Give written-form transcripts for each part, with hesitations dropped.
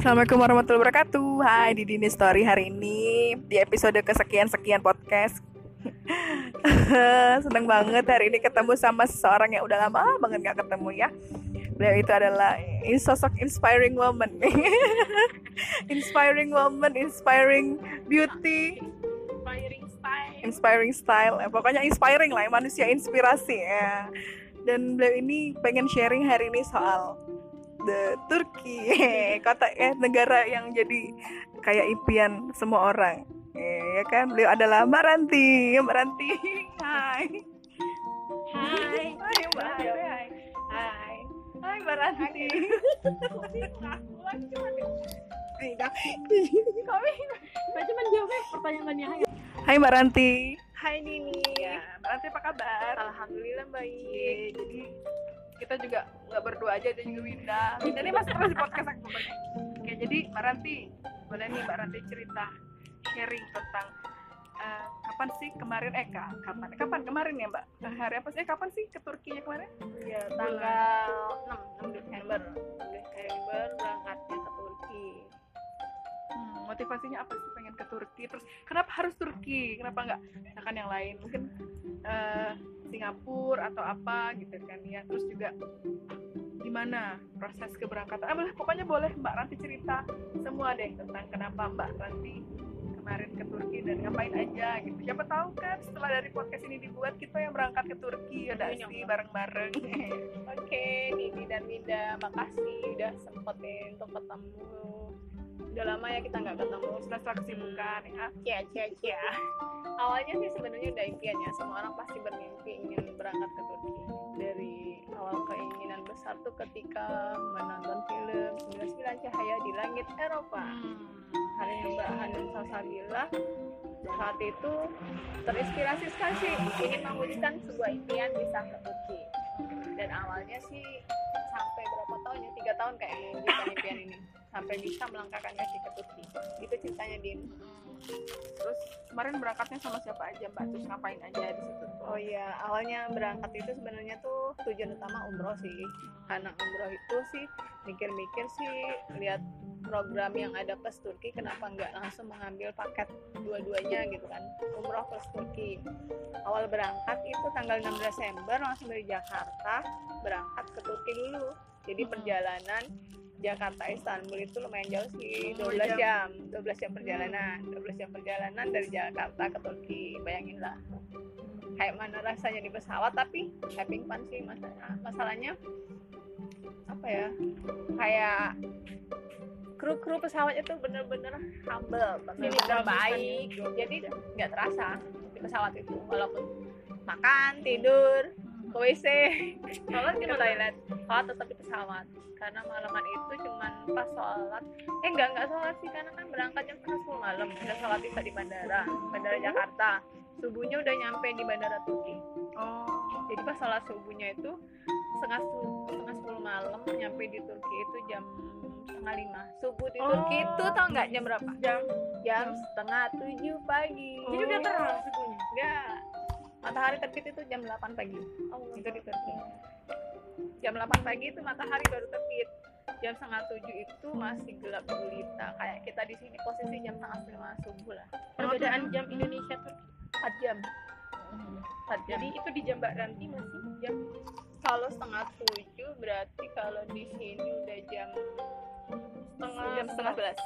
Assalamualaikum warahmatullahi wabarakatuh. Hai di Dini Story hari ini di episode kesekian-sekian podcast. Seneng banget hari ini ketemu sama seseorang yang udah lama banget gak ketemu ya. Beliau itu adalah sosok inspiring woman. Inspiring woman, inspiring beauty, inspiring style. Pokoknya inspiring lah, manusia inspirasi ya. Dan beliau ini pengen sharing hari ini soal Turki, negara yang jadi kayak impian semua orang, ya kan? Beliau adalah Mbak Ranti. Mbak Ranti, hai. Hai. Hai Mbak Ranti, hai. Hai. Hai Mbak Ranti. Mbak cuman jawabnya pertanyaan Mbak Nia. Hai Mbak Ranti. Hai Nini. Ya, Mbak Ranti apa kabar? Alhamdulillah baik. Jadi kita juga nggak berdua aja, ada juga Winda. Winda ini masih terus di podcast aku. Oke, jadi Mbak Ranti, boleh nih Mbak Ranti cerita sharing tentang kapan sih kemarin kapan kemarin ya Mbak? Hari apa sih? Kapan sih ke Turkinya kemarin? Ya, tanggal 6 Desember. 6 Desember berangkatnya ke Turki. Motivasinya apa sih pengen ke Turki? Terus kenapa harus Turki? Kenapa nggak misalkan yang lain? Mungkin Singapura atau apa gitu kan ya. Terus juga gimana proses keberangkatan? Pokoknya boleh Mbak Ranti cerita semua deh tentang kenapa Mbak Ranti kemarin ke Turki dan ngapain aja gitu. Siapa tahu kan setelah dari podcast ini dibuat kita yang berangkat ke Turki ada sih bareng-bareng. Oke, Nini dan Winda, makasih udah sempetin untuk ketemu. Udah lama ya kita nggak ketemu Setelah kesibukan ya. Cia. Awalnya sih sebenarnya udah impiannya, semua orang pasti bermimpi ingin berangkat ke Turki. Dari awal keinginan besar tuh ketika menonton film 99 Cahaya di Langit Eropa. Hari Mbak Hanum Salsabila saat itu terinspirasi sekali ingin mewujudkan sebuah impian bisa ke Turki. Dan awalnya sih sampai berapa tahun ya, 3 tahun kayak mewujudkan impian ini sampai bisa melangkahkan kaki ke Turki. Itu ceritanya Din. Terus kemarin berangkatnya sama siapa aja Mbak? Terus ngapain aja di situ tuh? Oh iya, awalnya berangkat itu sebenarnya tuh tujuan utama umroh sih. Karena umroh itu sih mikir-mikir sih lihat program yang ada plus Turki, kenapa nggak langsung mengambil paket dua-duanya gitu kan, umroh plus Turki. Awal berangkat itu tanggal 6 Desember langsung dari Jakarta berangkat ke Turki dulu. Jadi perjalanan Jakarta Istanbul itu lumayan jauh sih, 12 jam perjalanan dari Jakarta ke Turki. Bayangin lah kayak mana rasanya di pesawat, tapi having fun sih. Masalahnya apa ya, kayak kru pesawat itu bener-bener humble, bener-bener baik. Jadi nggak terasa di pesawat itu, walaupun makan, tidur, ke WC, sholat ke toilet, sholat tetap di pesawat. Karena malaman itu cuman pas sholat, nggak sholat sih, karena kan berangkat jam 10 malam, udah sholat bisa di bandara Jakarta. Subuhnya udah nyampe di bandara Turki. Jadi pas sholat subuhnya itu setengah 10 malam, nyampe di Turki itu jam 4:30. Subuh di Turki itu tau nggak jam berapa? Jam 6:30 pagi. Jadi udah terang subuhnya? Enggak, matahari terbit itu jam 8 pagi. Itu di Turki. Jam 8 pagi itu matahari baru terbit. Jam 6:30 itu masih gelap gulita. Kayak kita di sini posisi jam 4:30 subuh lah. Perbedaan jam Indonesia tuh 4 jam. 4 jam. Jadi itu di jam Mbak Ranti masih jam, Kalau 6:30 berarti kalau di sini udah jam setengah 11.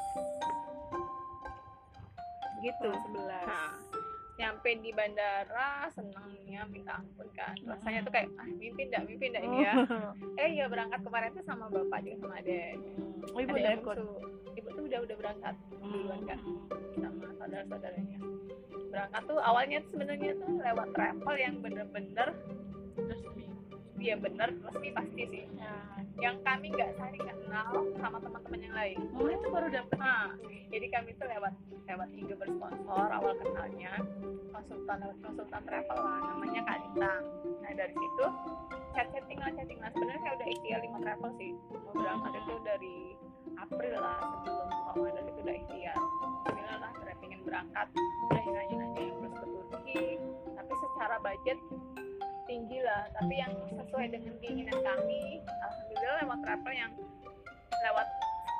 Gitu. 11. Nah, nyampe di bandara senangnya minta ampun kan. Rasanya tuh kayak mimpi enggak ini ya. Iya berangkat kemarin tuh sama bapak juga sama adek. Ibu udah ikut. Ibu tuh udah berangkat duluan kan sama saudara-saudaranya. Berangkat tuh awalnya tuh sebenarnya tuh lewat travel yang bener-bener resmi. Iya bener resmi pasti sih. Yang kami nggak saling kenal sama teman-teman yang lain. itu baru dapet. Jadi kami tuh lewat IG bersponsor awal kenalnya, konsultan travel lah, namanya Kak Lintang. Nah dari situ chatting lah. Sebenarnya saya udah ikhtiar 5 travel sih. Mau berangkat itu dari April lah, sebelum Ramadan itu udah ikhtiar. Bismillah lah, saya pengen berangkat, udah nanya yang terus ke Turki. Tapi secara budget tinggi lah, tapi yang sesuai dengan keinginan kami. Alhamdulillah lewat travel yang lewat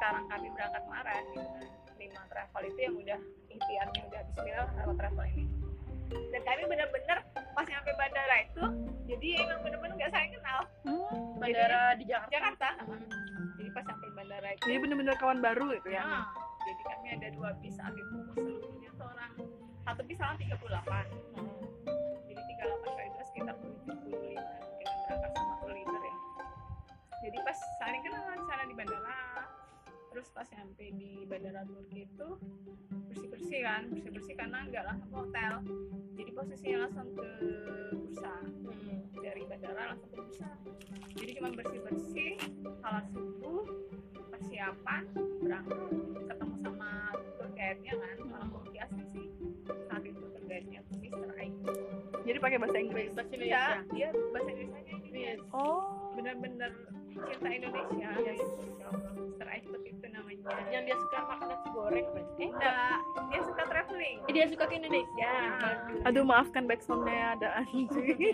sekarang kami berangkat kemarin gitu kan, 5 travel itu yang udah ikhtiarnya udah bismillah lewat travel ini. Dan kami bener-bener pas nyampe bandara itu, jadi emang bener-bener nggak saling kenal. Bandara di Jakarta. Jakarta. Jadi pas sampai bandara itu, Jadi bener-bener kawan baru gitu ya. nah, jadi kami ada 2 bis saat itu, seluruhnya tuh orang, satu bis salah 38. Jadi 38 kali 2 sekitar 75 mungkin yang berangkat sama tour leader ya. Jadi pas saling kenalan di sana di bandara, terus pas nyampe di bandara Turki itu bersih-bersih karena nggak langsung ke hotel, jadi posisinya langsung ke bursa, dari bandara langsung ke bursa. Jadi cuma bersih-bersih, salat subuh, persiapan, berangkat, ketemu sama tour guide-nya kan, orang Turki asli sih saat itu tour guide-nya Mr. Aik. Jadi pakai bahasa Inggris. Bahasa Ya, Indonesia. dia bahasa Indonesia Inggris. Oh. Bener-bener cinta Indonesia. Yes. Mr. Aik itu namanya. Yang dia suka makan nasi goreng apa sih? Enggak, dia suka traveling. Dia suka ke Indonesia. Aduh maafkan backsoundnya ada anjing.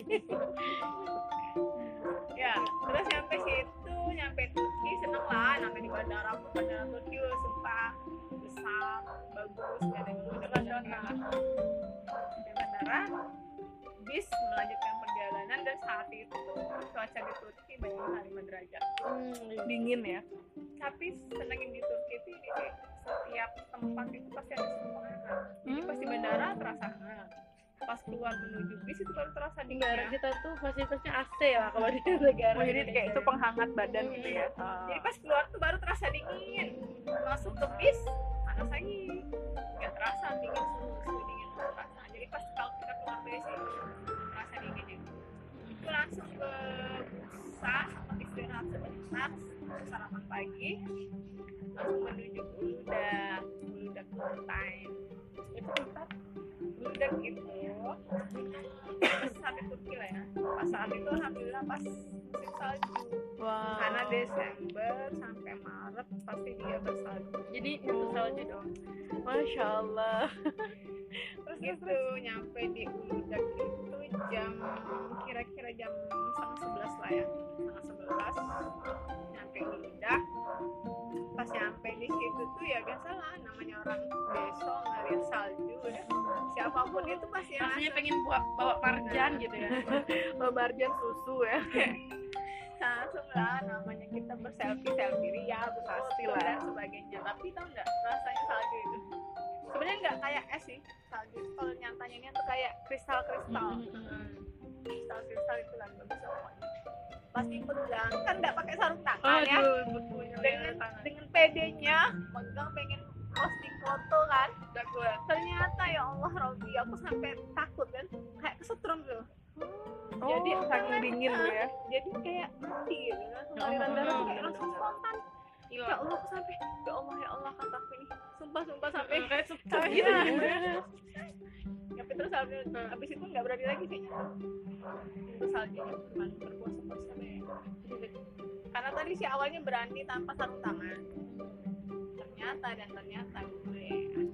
Ya, terus nyampe situ, nyampe Turki, seneng lah, nyampe di bandara Turki, sumpah besar, bagus, dan itu udah bandara. Di bandara, bis melanjutkan perjalanan dan saat itu cuaca di Turki banyak 5 derajat. Dingin ya. Tapi senengin di Turki itu ini kayak setiap tempat itu pasti ada suhu hangat. Jadi pas di bandara terasa hangat. Pas keluar menuju bis itu baru terasa dingin. Negara Ya. kita tuh fasilitasnya AC lah kalau di negara. Oh, jadi kayak itu penghangat badan gitu ya. Jadi pas keluar tuh baru terasa dingin. Masuk ke bis panas lagi. Nggak terasa dingin, suhu dingin nggak terasa. Jadi pas kalau kita keluar bis itu terasa dingin ya. Itu langsung ke bursa, istirahat sebentar, sarapan pagi, langsung menuju Buludak Mountain. Itu tempat Buludak itu sampai Turki lah ya. Pas saat itu alhamdulillah pas musim salju. Wah. Karena Desember sampai Maret pasti dia bersalju. Jadi itu salju dong. Masya Allah. Terus gitu nyampe di Uludag itu kira-kira jam 10:30 lah ya, 10:30 nyampe Uludag. Pas nyampe di situ tuh ya biasalah namanya orang desa ngeliat salju ya, siapapun itu pasti Rasanya pengen bawa marjan gitu ya. Marjan susu ya. langsung lah namanya kita berselfie ria, Pastilah. dan sebagainya. Tapi tau nggak rasanya salju itu sebenarnya nggak kayak es sih. Salju itu kalau nyatanya ini tuh kayak kristal itu kan bagus pokoknya. Pas dipegang kan nggak pakai sarung tangan ya, betul. dengan PD-nya megang pengen posting foto kan. Ternyata ya Allah Robi, aku sampai takut kan, kayak kesetrum tuh. Oh, Jadi saking dingin gitu ya. Jadi kayak mati gitu kan, aliran darah tuh kayak langsung spontan. Ya Allah, aku sampai ya Allah kataku ini sumpah sampai Kayak suka sampai gitu. Tapi terus habis itu nggak berani lagi kayaknya. Terus saljunya cuma berpuasa-puasa deh. Karena tadi sih awalnya berani tanpa sarung tangan. Ternyata gue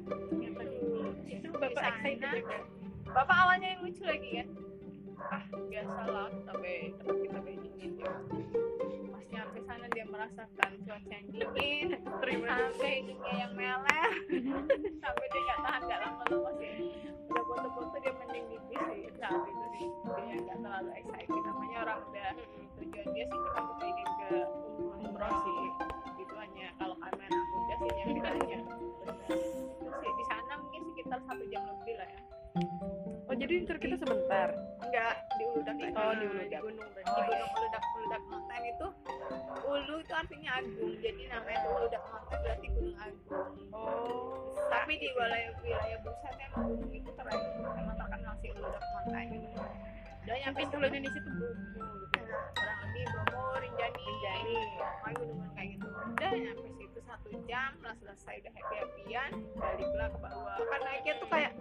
Itu Bapak Di excited sana. juga. Bapak awalnya yang lucu lagi kan. Biasalah kita dingin ya. Pas nyampe sana dia merasakan cuaca yang dingin, sampai hidungnya yang meleleh, sampai dia nggak tahan nggak lama-lama sih. Udah foto-foto dia mending di bis sih saat itu sih. Dia nggak terlalu excited, namanya orang udah tujuan dia sih kita pengen ke umroh sih. Gitu hanya kalau kami anak muda sih yang kita hanya terus sih di sana mungkin sekitar 1 jam lebih lah ya. Oh, jadi tur kita sebentar. Enggak, di Uludag lagi. Oh, di Uludag. Di gunung berarti. Di gunung Uludag Mountain itu Ulu itu artinya agung. Jadi namanya itu Uludag Mountain berarti gunung agung. Oh. Tapi di wilayah Busan emang gunung itu emang terkenal sih Uludag Mountain gitu. Udah nyampe Kalau Indonesia tuh Bromo gitu. kurang lebih Bromo, Rinjani, main gunung-gunung kayak gitu. Udah nyampe situ 1 jam lah selesai, udah happy-happyan, baliklah ke bawah. Kan naiknya tuh kayak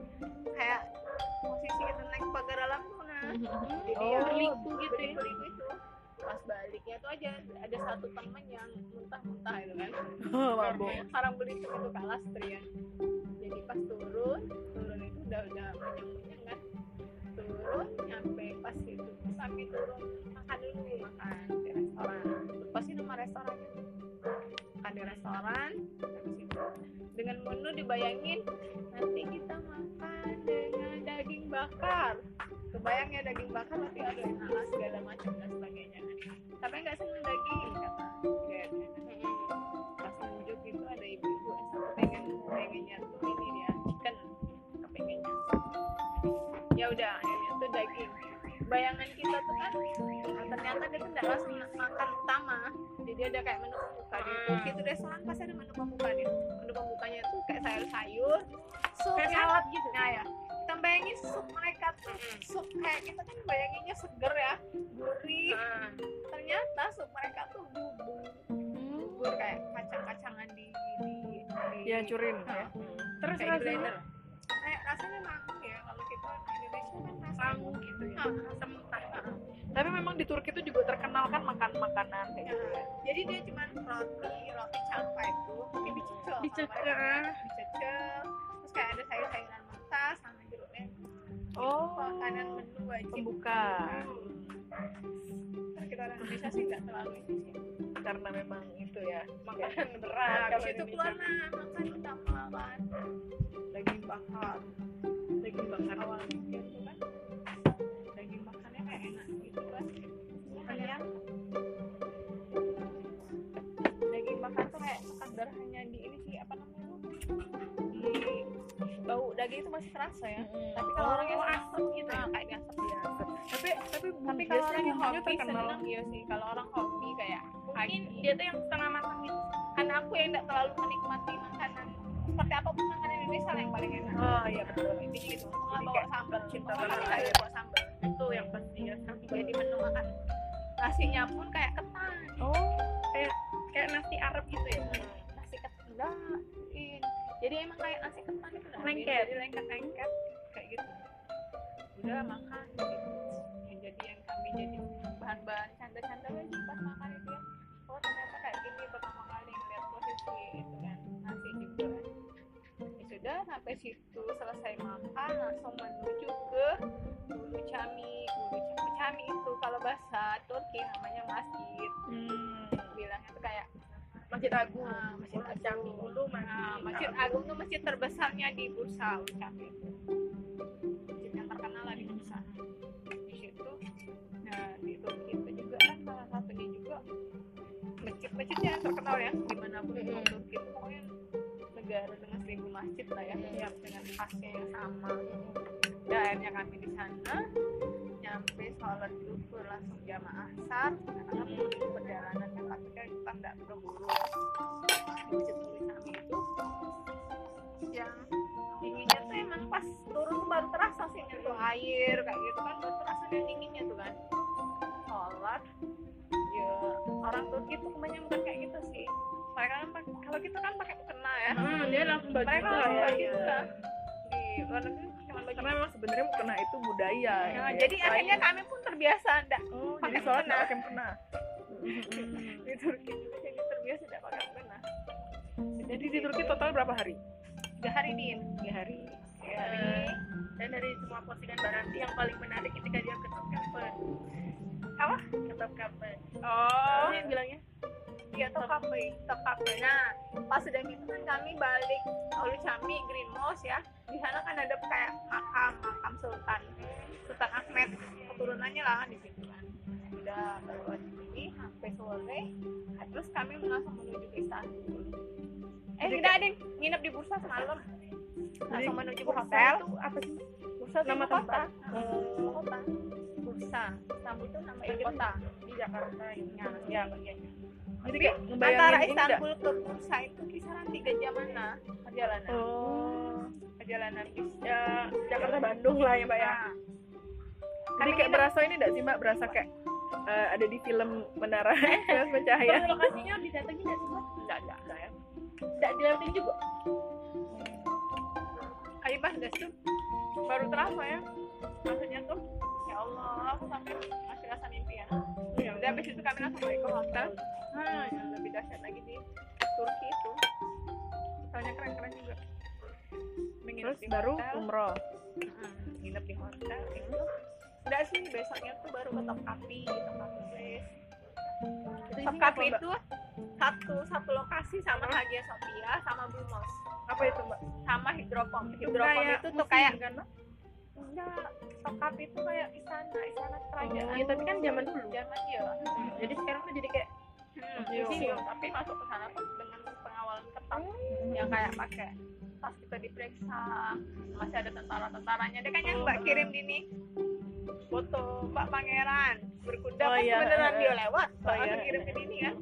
posisi kita naik pagar alam tuh jadi ya berliku gitu ya. berliku itu. Pas baliknya tuh aja ada satu teman yang muntah itu kan. Mabok. Orang belitung itu Kak Lastri ya. Jadi pas turun itu udah munyang kan. Turun nyampe pas itu kami turun makan di restoran. Lupa sih nama restorannya. Makan di restoran penasaran. Habis itu dengan menu dibayangin nanti kita makan dengan daging bakar. Kebayangnya daging bakar tapi ada enak segala macam dan sebagainya. Tapi nggak seneng daging kata guide-nya. Pas nunjuk itu ada ibu-ibu satu pengennya tuh ini dia chicken kepengennya. Ya udah akhirnya tuh daging. Bayangan kita tuh kan ternyata dia tuh nggak langsung makan utama, jadi ada kayak menu pembuka di Turki itu restoran pasti ada menu pembuka nih. Menu pembukanya tuh kayak sayur-sayur, sup Kayak ya. salad gitu. Nah ya, kita bayangin sup mereka tuh sup kayak kita kan bayanginnya seger ya, gurih. Ternyata sup mereka tuh bubur kayak kacang-kacangan di Dihancurin Nah, ya. Terus kayak di blender. rasanya Kayak rasanya mangu ya kalau kita di Indonesia kan rasanya mangu gitu ya. Nah, Mentah. Tapi memang di Turki itu juga terkenal kan makan makanan kayak Ya, gitu. jadi dia cuma roti cangkah itu mungkin dicecil Dicecil. terus kayak ada sayur-sayuran mentah sama jeruknya. Oh, Makanan menu wajib pembuka. Nah, kita orang Indonesia sih nggak terlalu ini sih Karena memang itu ya. makanan berat berat kalau habis itu Indonesia. keluar makan utama kan daging bakar awal mikir tuh kan daging bakarnya kayak enak gitu kan kalian daging bakar tuh kayak sekedar hanya di ini sih apa namanya di bau daging itu masih terasa ya tapi kalau orang yang asap gitu ya kayak diasap ya tapi kalau orang yang hobi terkenal. seneng iya sih kalau orang hobi kayak Mungkin dia tuh yang setengah matang gitu. karena aku yang tidak terlalu menikmati makanan seperti apapun makanan Indonesia lah yang paling enak Oh iya betul. intinya gitu Jadi nggak bawa kayak sambal cinta Pokoknya tanah nggak air. bawa sambal Itu yang pasti ya. jadi menu makan nasinya pun kayak ketan Oh, kayak nasi Arab gitu ya. nasi ketan jadi emang kayak nasi ketan itu dah. Lengket. Jadi lengket kayak gitu udah makan gitu yang kami jadi bahan-bahan canda-canda lagi pas makan itu ya oh ternyata kayak gini pertama kali ngeliat posisi itu kan nasi juga ya sudah sampai situ selesai makan langsung menuju ke Ulu Cami itu kalau bahasa Turki namanya masjid bilangnya tuh kayak Masjid Agung. Masjid Cami Agung. Ulu, Masjid Agung tuh masjid terbesarnya di Bursa Ulu Cami itu masjid yang terkenal lah di Bursa di situ nah di Turki itu juga kan salah satunya juga masjid yang terkenal ya dimanapun di Turki itu pokoknya negara dengan 1000 masjid lah ya dengan khasnya yang sama dan akhirnya kami di sana nyampe sholat zuhur langsung jamaah asar karena perjalanan kan tapi kan kita nggak buru-buru ya di masjid Ulu Cami itu yang dinginnya tuh emang pas turun tuh baru terasa sih nyentuh air kayak gitu kan baru terasa yang dinginnya tuh kan sholat ya orang Turki tuh kebanyakan bukan kayak gitu sih mereka kan kalau kita kan pakai mukena ya Dia langsung baju mereka lah langsung ya. baju lah di luar negeri cuma baju Karena memang sebenarnya mukena itu budaya. nah, gitu ya. jadi akhirnya kami pun terbiasa enggak Oh, pakai jadi sholat mukena. nggak pakai mukena. di Turki juga jadi terbiasa enggak pakai mukena Jadi di Turki total berapa hari? 3 hari din 3 hari. Dan dari semua postingan Mbak Ranti yang paling menarik ketika dia ke Topkapi. apa Ke Topkapi. oh Ini bilangnya iya Topkapi nah pas udah gitu kan kami balik Ulu Cami Green Mosque ya di sana kan ada kayak makam Sultan Ahmed keturunannya lah di situ kan udah baru ini sampai sore terus kami langsung menuju ke Istanbul tidak ada yang nginep di Bursa semalam langsung menuju ke hotel itu apa sih? Bursa tuh Nama ibu kota. tempat? Kota Bursa Istanbul tuh nama ibu kota Di Jakarta ini. ya bagiannya Jadi tapi kayak ngebayangin antara ini nggak? Istanbul ke Bursa itu kisaran 3 jaman lah perjalanan Oh. perjalanan bis Ya Jakarta Bandung lah ya Mbak ya. Nah, Jadi kami kayak nginep- berasa ini enggak sih Mbak? Berasa kayak ada di film Menara Kilas Pencahaya. Terus lokasinya didatengin nggak sih Mbak? enggak ya Nggak dilewatin juga. ayo pas gas tuh baru terasa ya maksudnya tuh ya Allah aku sampai masih rasa mimpi ya udah habis itu kami langsung balik ke hotel yang lebih dahsyat lagi di Turki itu hotelnya keren-keren juga Menginap Terus di baru hotel. umroh. Nginep di hotel itu enggak sih besoknya tuh baru ke Topkapi Place Topkapi itu satu lokasi sama Hagia Sophia sama Blue Mosque Apa itu, Mbak? sama Hidropom itu tuh museum kayak kan? enggak, Topkapi itu kayak istana kerajaan. Iya, tapi kan zaman dulu. Zaman iya. Jadi sekarang tuh jadi kayak Museum, tapi masuk ke sana pun dengan pengawalan ketat yang kayak pakai tas kita diperiksa, masih ada tentara-tentaranya. Dia kan yang Mbak kirim gini foto Mbak Pangeran berkuda Oh, pas iya. beneran dia lewat, Mbak iya. kirim ke sini kan.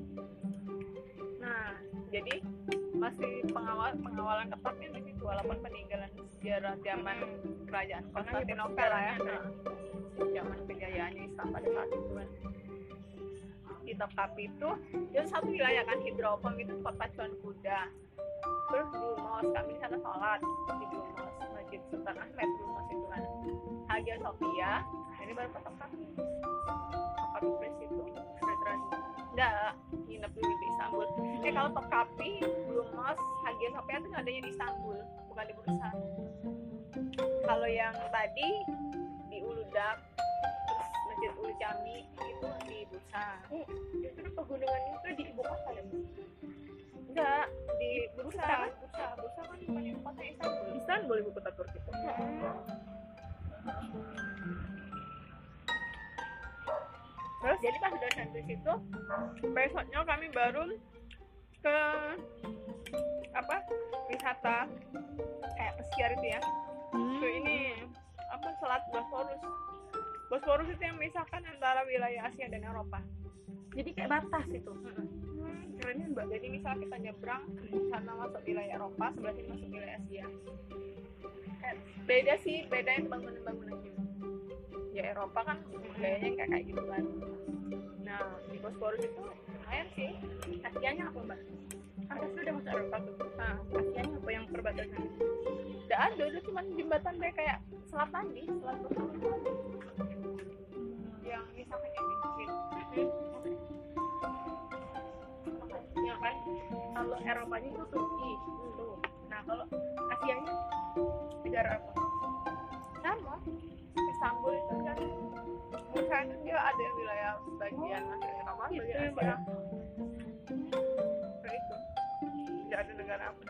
Nah, jadi masih pengawalan ketatnya di situ walaupun peninggalan sejarah zaman kerajaan Konstantinopel lah ya. Zaman kejayaannya Islam pada saat itu kan. Di Topkapi itu satu wilayah kan, Hidropom itu tempat pacuan kuda. Terus Blue Mosque, kami di sana sholat di Blue Mosque, Masjid Sultan Ahmed Blue Mosque itu kan. Hagia Sophia, ini baru ke Topkapi. Topkapi Place itu veteran. Enggak, nginep dulu di Istanbul. Kalau Topkapi, Blue Mosque, Hagia Sophia itu adanya di Istanbul, bukan di Bursa. Kalau yang tadi di Uludag, terus Masjid Ulu Jami itu di Bursa. itu pegunungan itu di ibu kota ya, Bu? Enggak, di Bursa kan bukan ibu kota Istanbul. Istanbul ibu kota Turki. Terus jadi pas udah sampai situ, besoknya kami baru ke wisata kayak pesiar itu ya. Ke ini Selat Bosporus. Bosporus itu yang memisahkan antara wilayah Asia dan Eropa. Jadi kayak batas itu. Kerennya Mbak. Jadi misal kita nyebrang sana masuk wilayah Eropa, sebelah sini masuk wilayah Asia. Beda sih, bedanya bangunan-bangunannya. Ya Eropa kan gayanya kayak gitu kan. Nah di Bosporus itu lumayan sih. Asianya apa, Mbak? Kan pasti udah masuk Eropa tuh. Nah Asianya apa yang perbatasan? udah ada, udah cuma jembatan kayak selat tadi, selat Bosporus tadi. Yang misalkan yang di Ya kan? Kalau Eropanya itu Turki. Tuh. Nah, kalau Asianya negara apa? sama Istanbul itu kan misalnya dia ada wilayah bagian Eropa, Itu bagian yang Asia. Kayak itu. Tidak ada negara apa.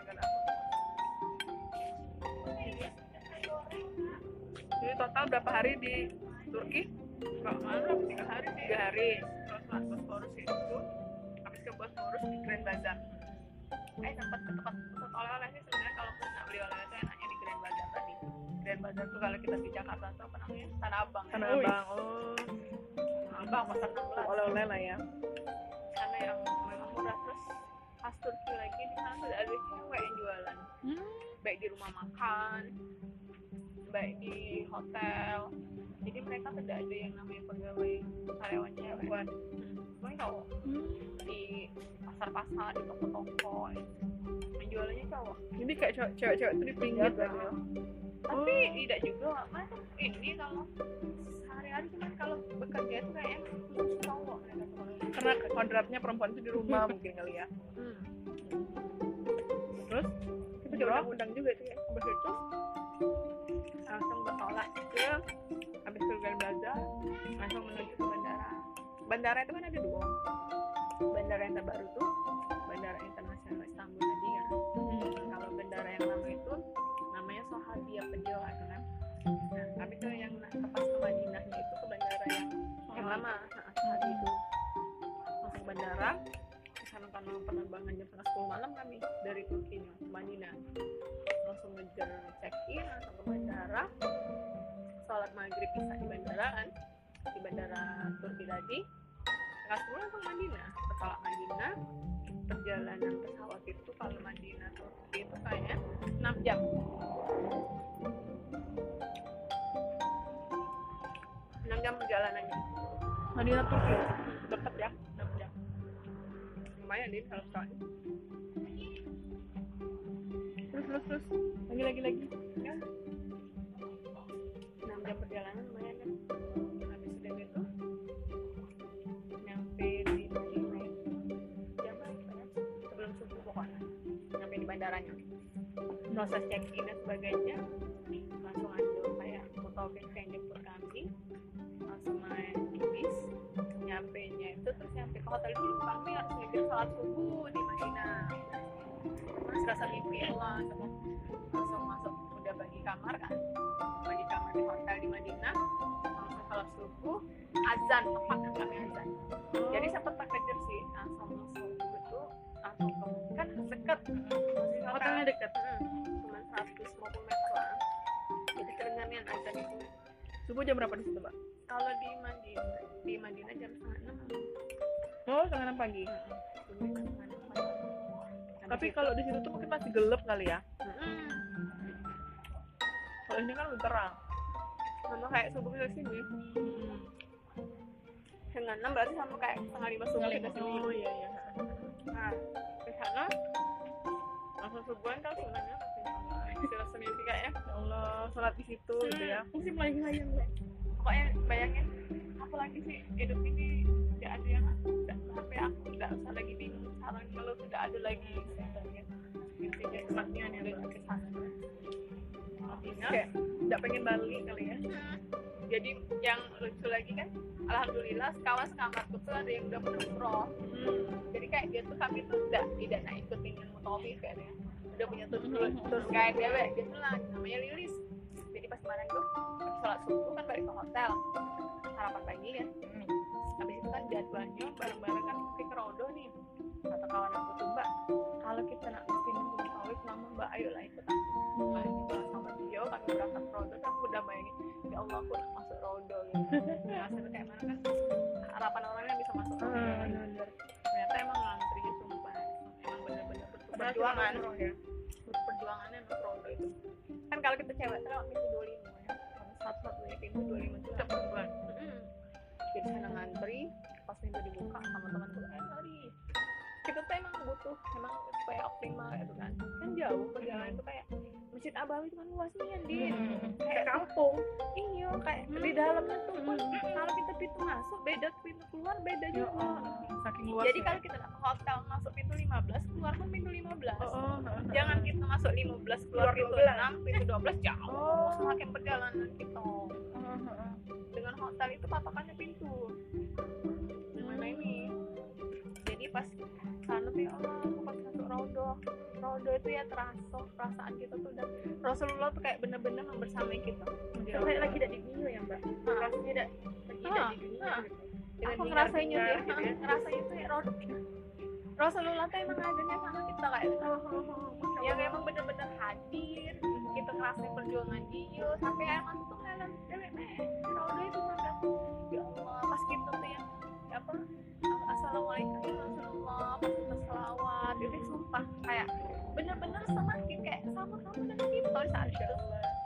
Jadi total berapa hari di Turki? Nggak malam, 3 hari. 3 hari. Terus setelah Bosporus itu, habis ke Bosporus di Grand Bazar. Sempat ke tempat oleh-oleh sih sebenarnya. Kalau nggak beli oleh-oleh itu enaknya di Grand Bazar tadi. Grand Bazar tuh kalau kita di Jakarta tuh apa namanya? Tanah Abang. Tanah Wih, Abang. Oh, Tanah Abang pasar 16. oleh-oleh lah ya. Sana yang memang murah. Terus pas Turki lagi di sana tuh ada cewek yang jualan. Baik di rumah makan, baik di hotel. Jadi mereka tidak ada yang namanya pegawai karyawan cewek. Semuanya cowok. Di pasar-pasar, di toko-toko, yang jualannya cowok. Ini kayak cewek-cewek tuh di pinggir Iya, kan ya. Tapi tidak juga, mereka ini kalau sehari-hari cuman kalau bekerja itu kayaknya khusus cowok mereka tuh. Karena kodratnya perempuan itu di rumah mungkin kali ya. Terus Itu udah undang-undang juga itu ya. Habis itu langsung bertolak ke habis ke Grand Plaza langsung menuju ke bandara. Bandara itu kan ada 2. Bandara yang terbaru tuh Bandara Internasional Istanbul tadi kan. Kalau bandara yang lama itu namanya Sohadia Pejoa itu kan. Nah, tapi ke yang pas ke Madinahnya itu ke bandara yang lama. Nah, Sohadia itu masuk ke bandara. Karena penerbangan jam 10 malam kami dari Turki ke Madinah, langsung ngejar check in langsung ke bandara, sholat maghrib isya di bandara kan, di bandara Turki tadi, setengah 10 langsung Madinah. Setelah Madinah perjalanan pesawat itu kalau Madinah Turki itu kayaknya 6 jam. 6 jam perjalanannya. Madinah Turki. Deket ya, 6 jam. Lumayan nih kalau soalnya. Terus. Lagi. Ya. 6 jam perjalanan lumayan kan. Habis dari itu nyampe di Madinah jam berapa ya? Sebelum subuh pokoknya. Nyampe di bandaranya. Proses check in dan sebagainya langsung aja kayak mutawif yang jemput kami, langsung naik bis, nyampe nya itu terus nyampe ke hotel dulu, kami harus mikir sholat subuh di Madinah. Terus rasa mimpi Allah, langsung masuk, udah bagi kamar kan, bagi kamar di hotel di Madinah, langsung sholat subuh, azan, tepat kan kami azan. Jadi sempat terkejar sih, langsung masuk itu, langsung ke kan dekat, Hotelnya dekat. cuma 150 meter lah. Jadi kedengaran azan itu. Subuh jam berapa di situ, Mbak? Kalau di Madinah jam 5:30. Oh, setengah 6 pagi. Tapi kalau di situ tuh mungkin masih gelap kali ya. Kalau ini kan udah terang. sama kayak subuh ke sini. Setengah 6 berarti sama kayak setengah 5 subuh ke sini. Oh iya iya. Nah, ke sana langsung subuhan kan sebenarnya istilah semimpi kayaknya. Ya Allah, sholat di situ gitu ya. Mesti melayang-layang. Pokoknya bayangin apalagi sih hidup ini tidak ada yang sampai aku tidak usah lagi bingung sekarang kalau sudah ada lagi sebenarnya intinya tempatnya nih udah ke sana. Madinah Kayak nggak pengen balik kali ya. jadi yang lucu lagi kan alhamdulillah kawan sekamarku tuh ada yang udah umroh. Jadi kayak dia tuh kami tuh tidak nak ikutin yang mutawif kan ya, udah punya tour guide cewek dia tuh lah namanya Lilis. Jadi pas kemarin tuh sholat subuh kan balik ke hotel sarapan pagi kan, habis itu kan jadwalnya bareng-bareng kan mesti ke Rodo nih. Kata kawan aku tuh, Mbak, kalau kita nak bikin mutawif lama Mbak, ayolah ikut aku. Sama dia kami berangkat ke Rodo, aku udah bayangin ya Allah aku nak masuk Rodo gitu. Rasanya kayak mana kan harapan orangnya bisa masuk Rodo. Ternyata emang ngantrinya sumpah, emang bener-bener butuh perjuangan ya. Butuh perjuangannya emang Rodo itu kan kalau kita cewek tuh lewat pintu 25 ya, satu-satunya pintu 25 itu udah perempuan. Jadi sana ngantri, pas pintu dibuka sama teman-teman lari. Kita tuh emang butuh emang supaya optimal gitu kan jauh perjalanan itu kayak Masjid Nabawi cuma luas nih di kayak kampung. Iya kayak di dalamnya tuh kalau kita pintu masuk beda, pintu keluar beda juga. Saking luas. Jadi kalau kita ke hotel masuk pintu 15 keluar pun pintu 15. Jangan kita masuk 15 keluar pintu 6 pintu 12 jauh. Semakin perjalanan kita dengan hotel itu patokannya pintu. Gimana ini? Jadi pas sana tuh ya Allah, aku pas masuk Rodo itu ya terasa perasaan kita tuh udah Rasulullah tuh kayak bener-bener membersamai kita. Kayak lagi tidak di dunia ya Mbak. Rasanya tidak lagi di dunia. Aku ngerasainnya tuh ya, ngerasain tuh ya Rodo. Rasulullah tuh emang adanya sama kita kayak yang emang bener-bener hadir. Kita ngerasain perjuangan dia sampai air mata tuh ngeliat cewek Rodo itu sampai ya Allah pas kita tuh yang apa assalamualaikum ya Rasulullah pas kita selawat itu sumpah kayak bener-bener semakin kayak sama kamu dan kita saat itu.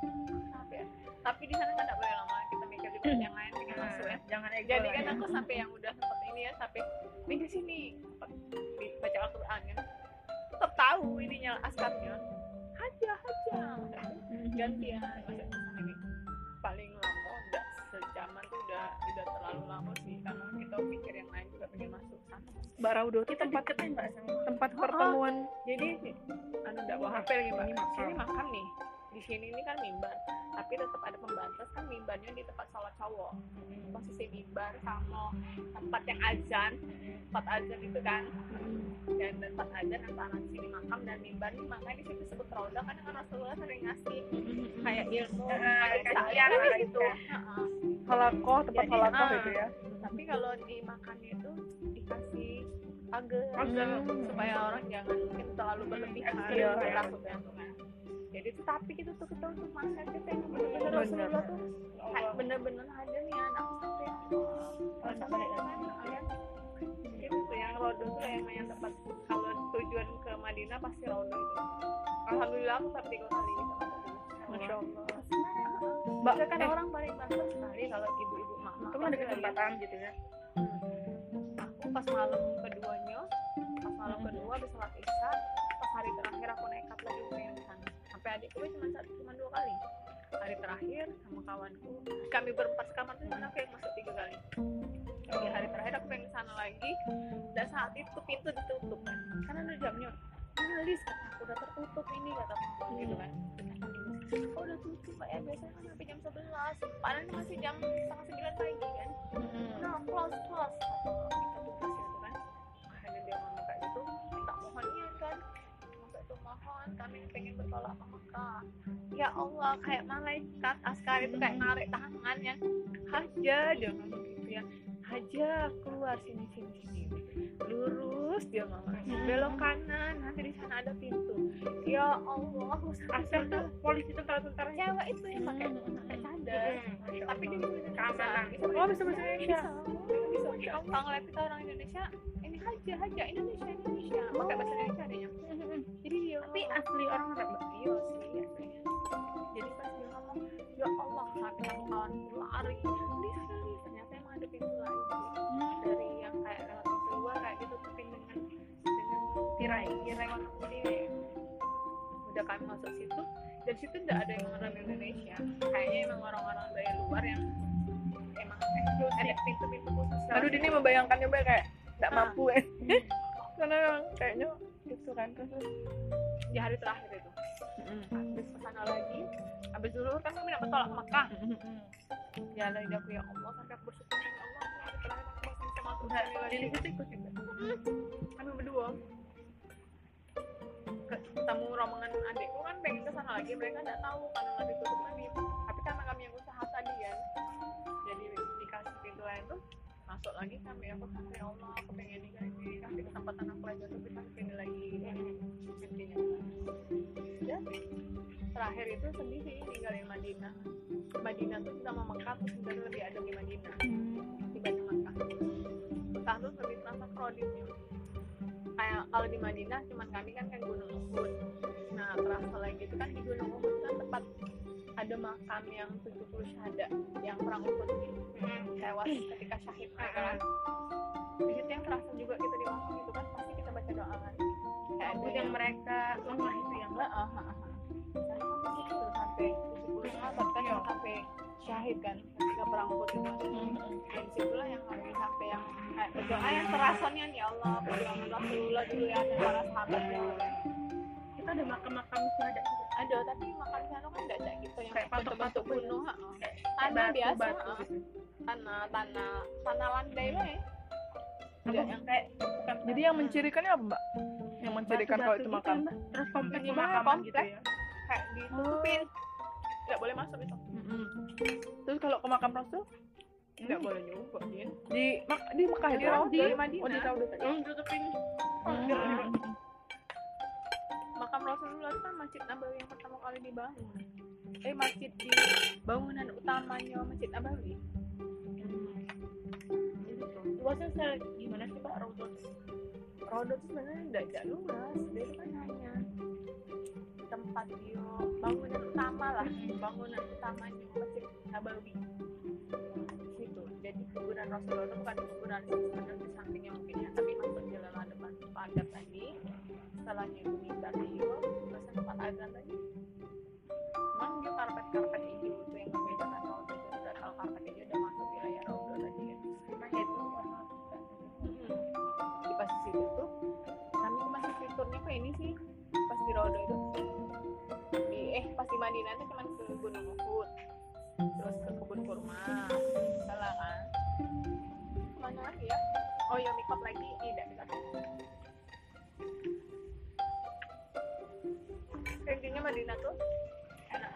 Tapi di sana kan nggak boleh lama kita mikir di yang lain pengen masuk ya. Jangan ego. Jadi kan aku sampai yang udah sempet ini ya sampai mikir sini baca Al-Quran kan tetap tahu ininya askarnya haja gantian paling lama udah sejaman tuh udah terlalu lama sih karena kita pikir yang lain juga pengen masuk sana. Mbak Raudo tuh Kita deketin Mbak sama tempat pertemuan. Jadi udah bawa HP lagi Mbak. Ini makam nih. Di sini ini kan mimbar, tapi tetap ada pembatas kan mimbarnya di tempat sholat cowok. Posisi mimbar sama tempat yang azan, tempat azan itu kan. Dan tempat azan antara sini makam dan mimbar nih makanya di situ disebut Raudah karena kan Rasulullah sering ngasih kayak ilmu, kayak gitu. Halakoh, tempat Jadi, halakoh gitu ya. Tapi kalau di makannya itu dikasih pagar supaya orang jangan mungkin terlalu berlebihan Iya. takutnya tuh kan. Jadi itu tapi kita tuh untuk makan kita yang bener-bener Rasulullah tuh kayak bener-bener ada nih anak sampai sampai kalian itu tuh yang Rodo tuh yang tempat kalau tujuan ke Madinah pasti Rodo itu. Alhamdulillah aku sampai 3 kali sama Rodo. Masya Allah. Mbak kan orang paling bantu sekali kalau ibu-ibu mama. itu kan ada kesempatan gitu ya. Aku pas malam keduanya, pas malam kedua habis sholat isya, pas hari terakhir aku nekat lagi pengen ke sana. Sampai adikku cuma 2 kali. Hari terakhir sama kawanku, kami berempat sekamar tuh cuma aku yang masuk 3 kali. Di hari terakhir aku pengen ke sana lagi, dan saat itu pintu ditutup kan, karena udah jamnya. Lis, aku udah tertutup ini kata mama gitu kan. Oh udah tutup Mbak ya, biasanya kan sampai jam 11 padahal ini masih jam 8:30 pagi kan. Nah close kata kita tugas gitu kan. teman kami pengen bertolak ke Mekah. Ya Allah, kayak malaikat askar itu kayak narik tangannya. Haja, dia ngomong gitu ya. Haja, keluar sini. Lurus dia ngomong. Belok kanan, nanti di sana ada pintu. Ya Allah, Asal tuh polisi tentara-tentara cewek itu yang pakai cadar. Tapi dia bisa keamanan. bisa Bisa bahasa Indonesia. bisa kalau ngeliat kita orang Indonesia ini Haja Indonesia pakai bahasa Indonesia adanya. Jadi dia Tapi asli orang Arab. iya sih aslinya. Jadi pas dia ngomong ya Allah kami sama kawanku lari ternyata emang ada pintu lain dari yang kayak lewat pintu luar kayak gitu tapi dengan tirai warna putih. Udah kami masuk situ dan situ tidak ada yang orang Indonesia, kayaknya emang orang-orang dari luar yang emang ada pintu-pintu khusus. Aduh, ini membayangkannya Mbak kayak nggak mampu karena memang kayaknya gitu kan. Terus di hari terakhir itu habis kesana lagi habis dulu kan kami dapat tolak ke Mekah. Ya lah aku ya Allah sampai aku bersyukur ya Allah hari terakhir aku masih bisa masuk sini lagi. Jadi situ ikut juga. Kami berdua ketemu rombongan adikku kan pengen kesana lagi, mereka nggak tahu karena lagi tutup lagi. Tapi karena kami yang usaha tadi kan, jadi dikasih pintu lain tuh masuk lagi kami. Aku sampai ya Allah aku pengen ini kasih kesempatan aku aja tapi kasih ini lagi intinya. Dan terakhir itu sendiri tinggal di Madinah. Madinah tuh sama Mekah tuh sebenarnya lebih adem di Madinah dibanding Mekah. Mekah tuh lebih terasa kreditnya. Kayak kalau di Madinah cuman kami kan Gunung Uhud. Nah terasa lagi itu kan di Gunung Uhud kan tempat ada makam yang 70 syahada yang perang Uhud tewas ketika syahid mereka kan. Di situ yang terasa juga kita di makam itu kan pasti kita baca doa kan. Kayak ada Yang mereka lemah itu yang enggak. Terus sampai 70 sahabat kan yang sampai syahid kan ketika perang Uhud itu. Dan disitulah yang kami sampai yang doa yang terasanya ya Allah perjuangan Rasulullah dulu ya dan para sahabat ya. Kita ada makam-makam syuhada juga. Ada tapi makam sana kan enggak ada gitu yang Kayak bentuk-bentuk patok-patok gunung tanah biasa batu gitu. tanah landai lah ya. Enggak yang kayak bukan jadi yang mencirikannya apa Mbak? Yang mencirikan kalau itu makam? Mbak. Terus kompleks Gimana pemakaman gitu kompleks? ya. Kayak ditutupin nggak boleh masuk itu. Terus kalau ke makam Rasul Nggak boleh juga Jin. di Mekah itu? Di Madinah. Oh, di Raudah tadi. Tutupin. Makam Rasulullah itu kan Masjid Nabawi yang pertama kali dibangun. Masjid di bangunan utamanya Masjid Nabawi. Luasnya gimana sih Pak Raudot? Raudot sebenarnya tidak luas, dia itu kan hanya tempat dia bangunan utama lah, bangunan utamanya Masjid Nabawi. Gitu. Jadi kuburan Rasulullah itu bukan kuburan sebenarnya di sampingnya mungkin ya, tapi masuk jalan depan pagar tadi. Setelahnya itu mimbar dia, terus tempat azan tadi. Memang dia karpet hijau itu yang membedakan Raudot itu. Udah kalau karpet hijau udah masuk wilayah Raudot tadi kan. Di pas di situ tuh kami masih fiturnya kayak ini sih pas di Raudot itu pas di Madinah itu cuma ke Gunung Uhud terus ke kebun kurma salah kan kemana lagi ya oh ya mikot lagi tidak intinya Madinah tuh enak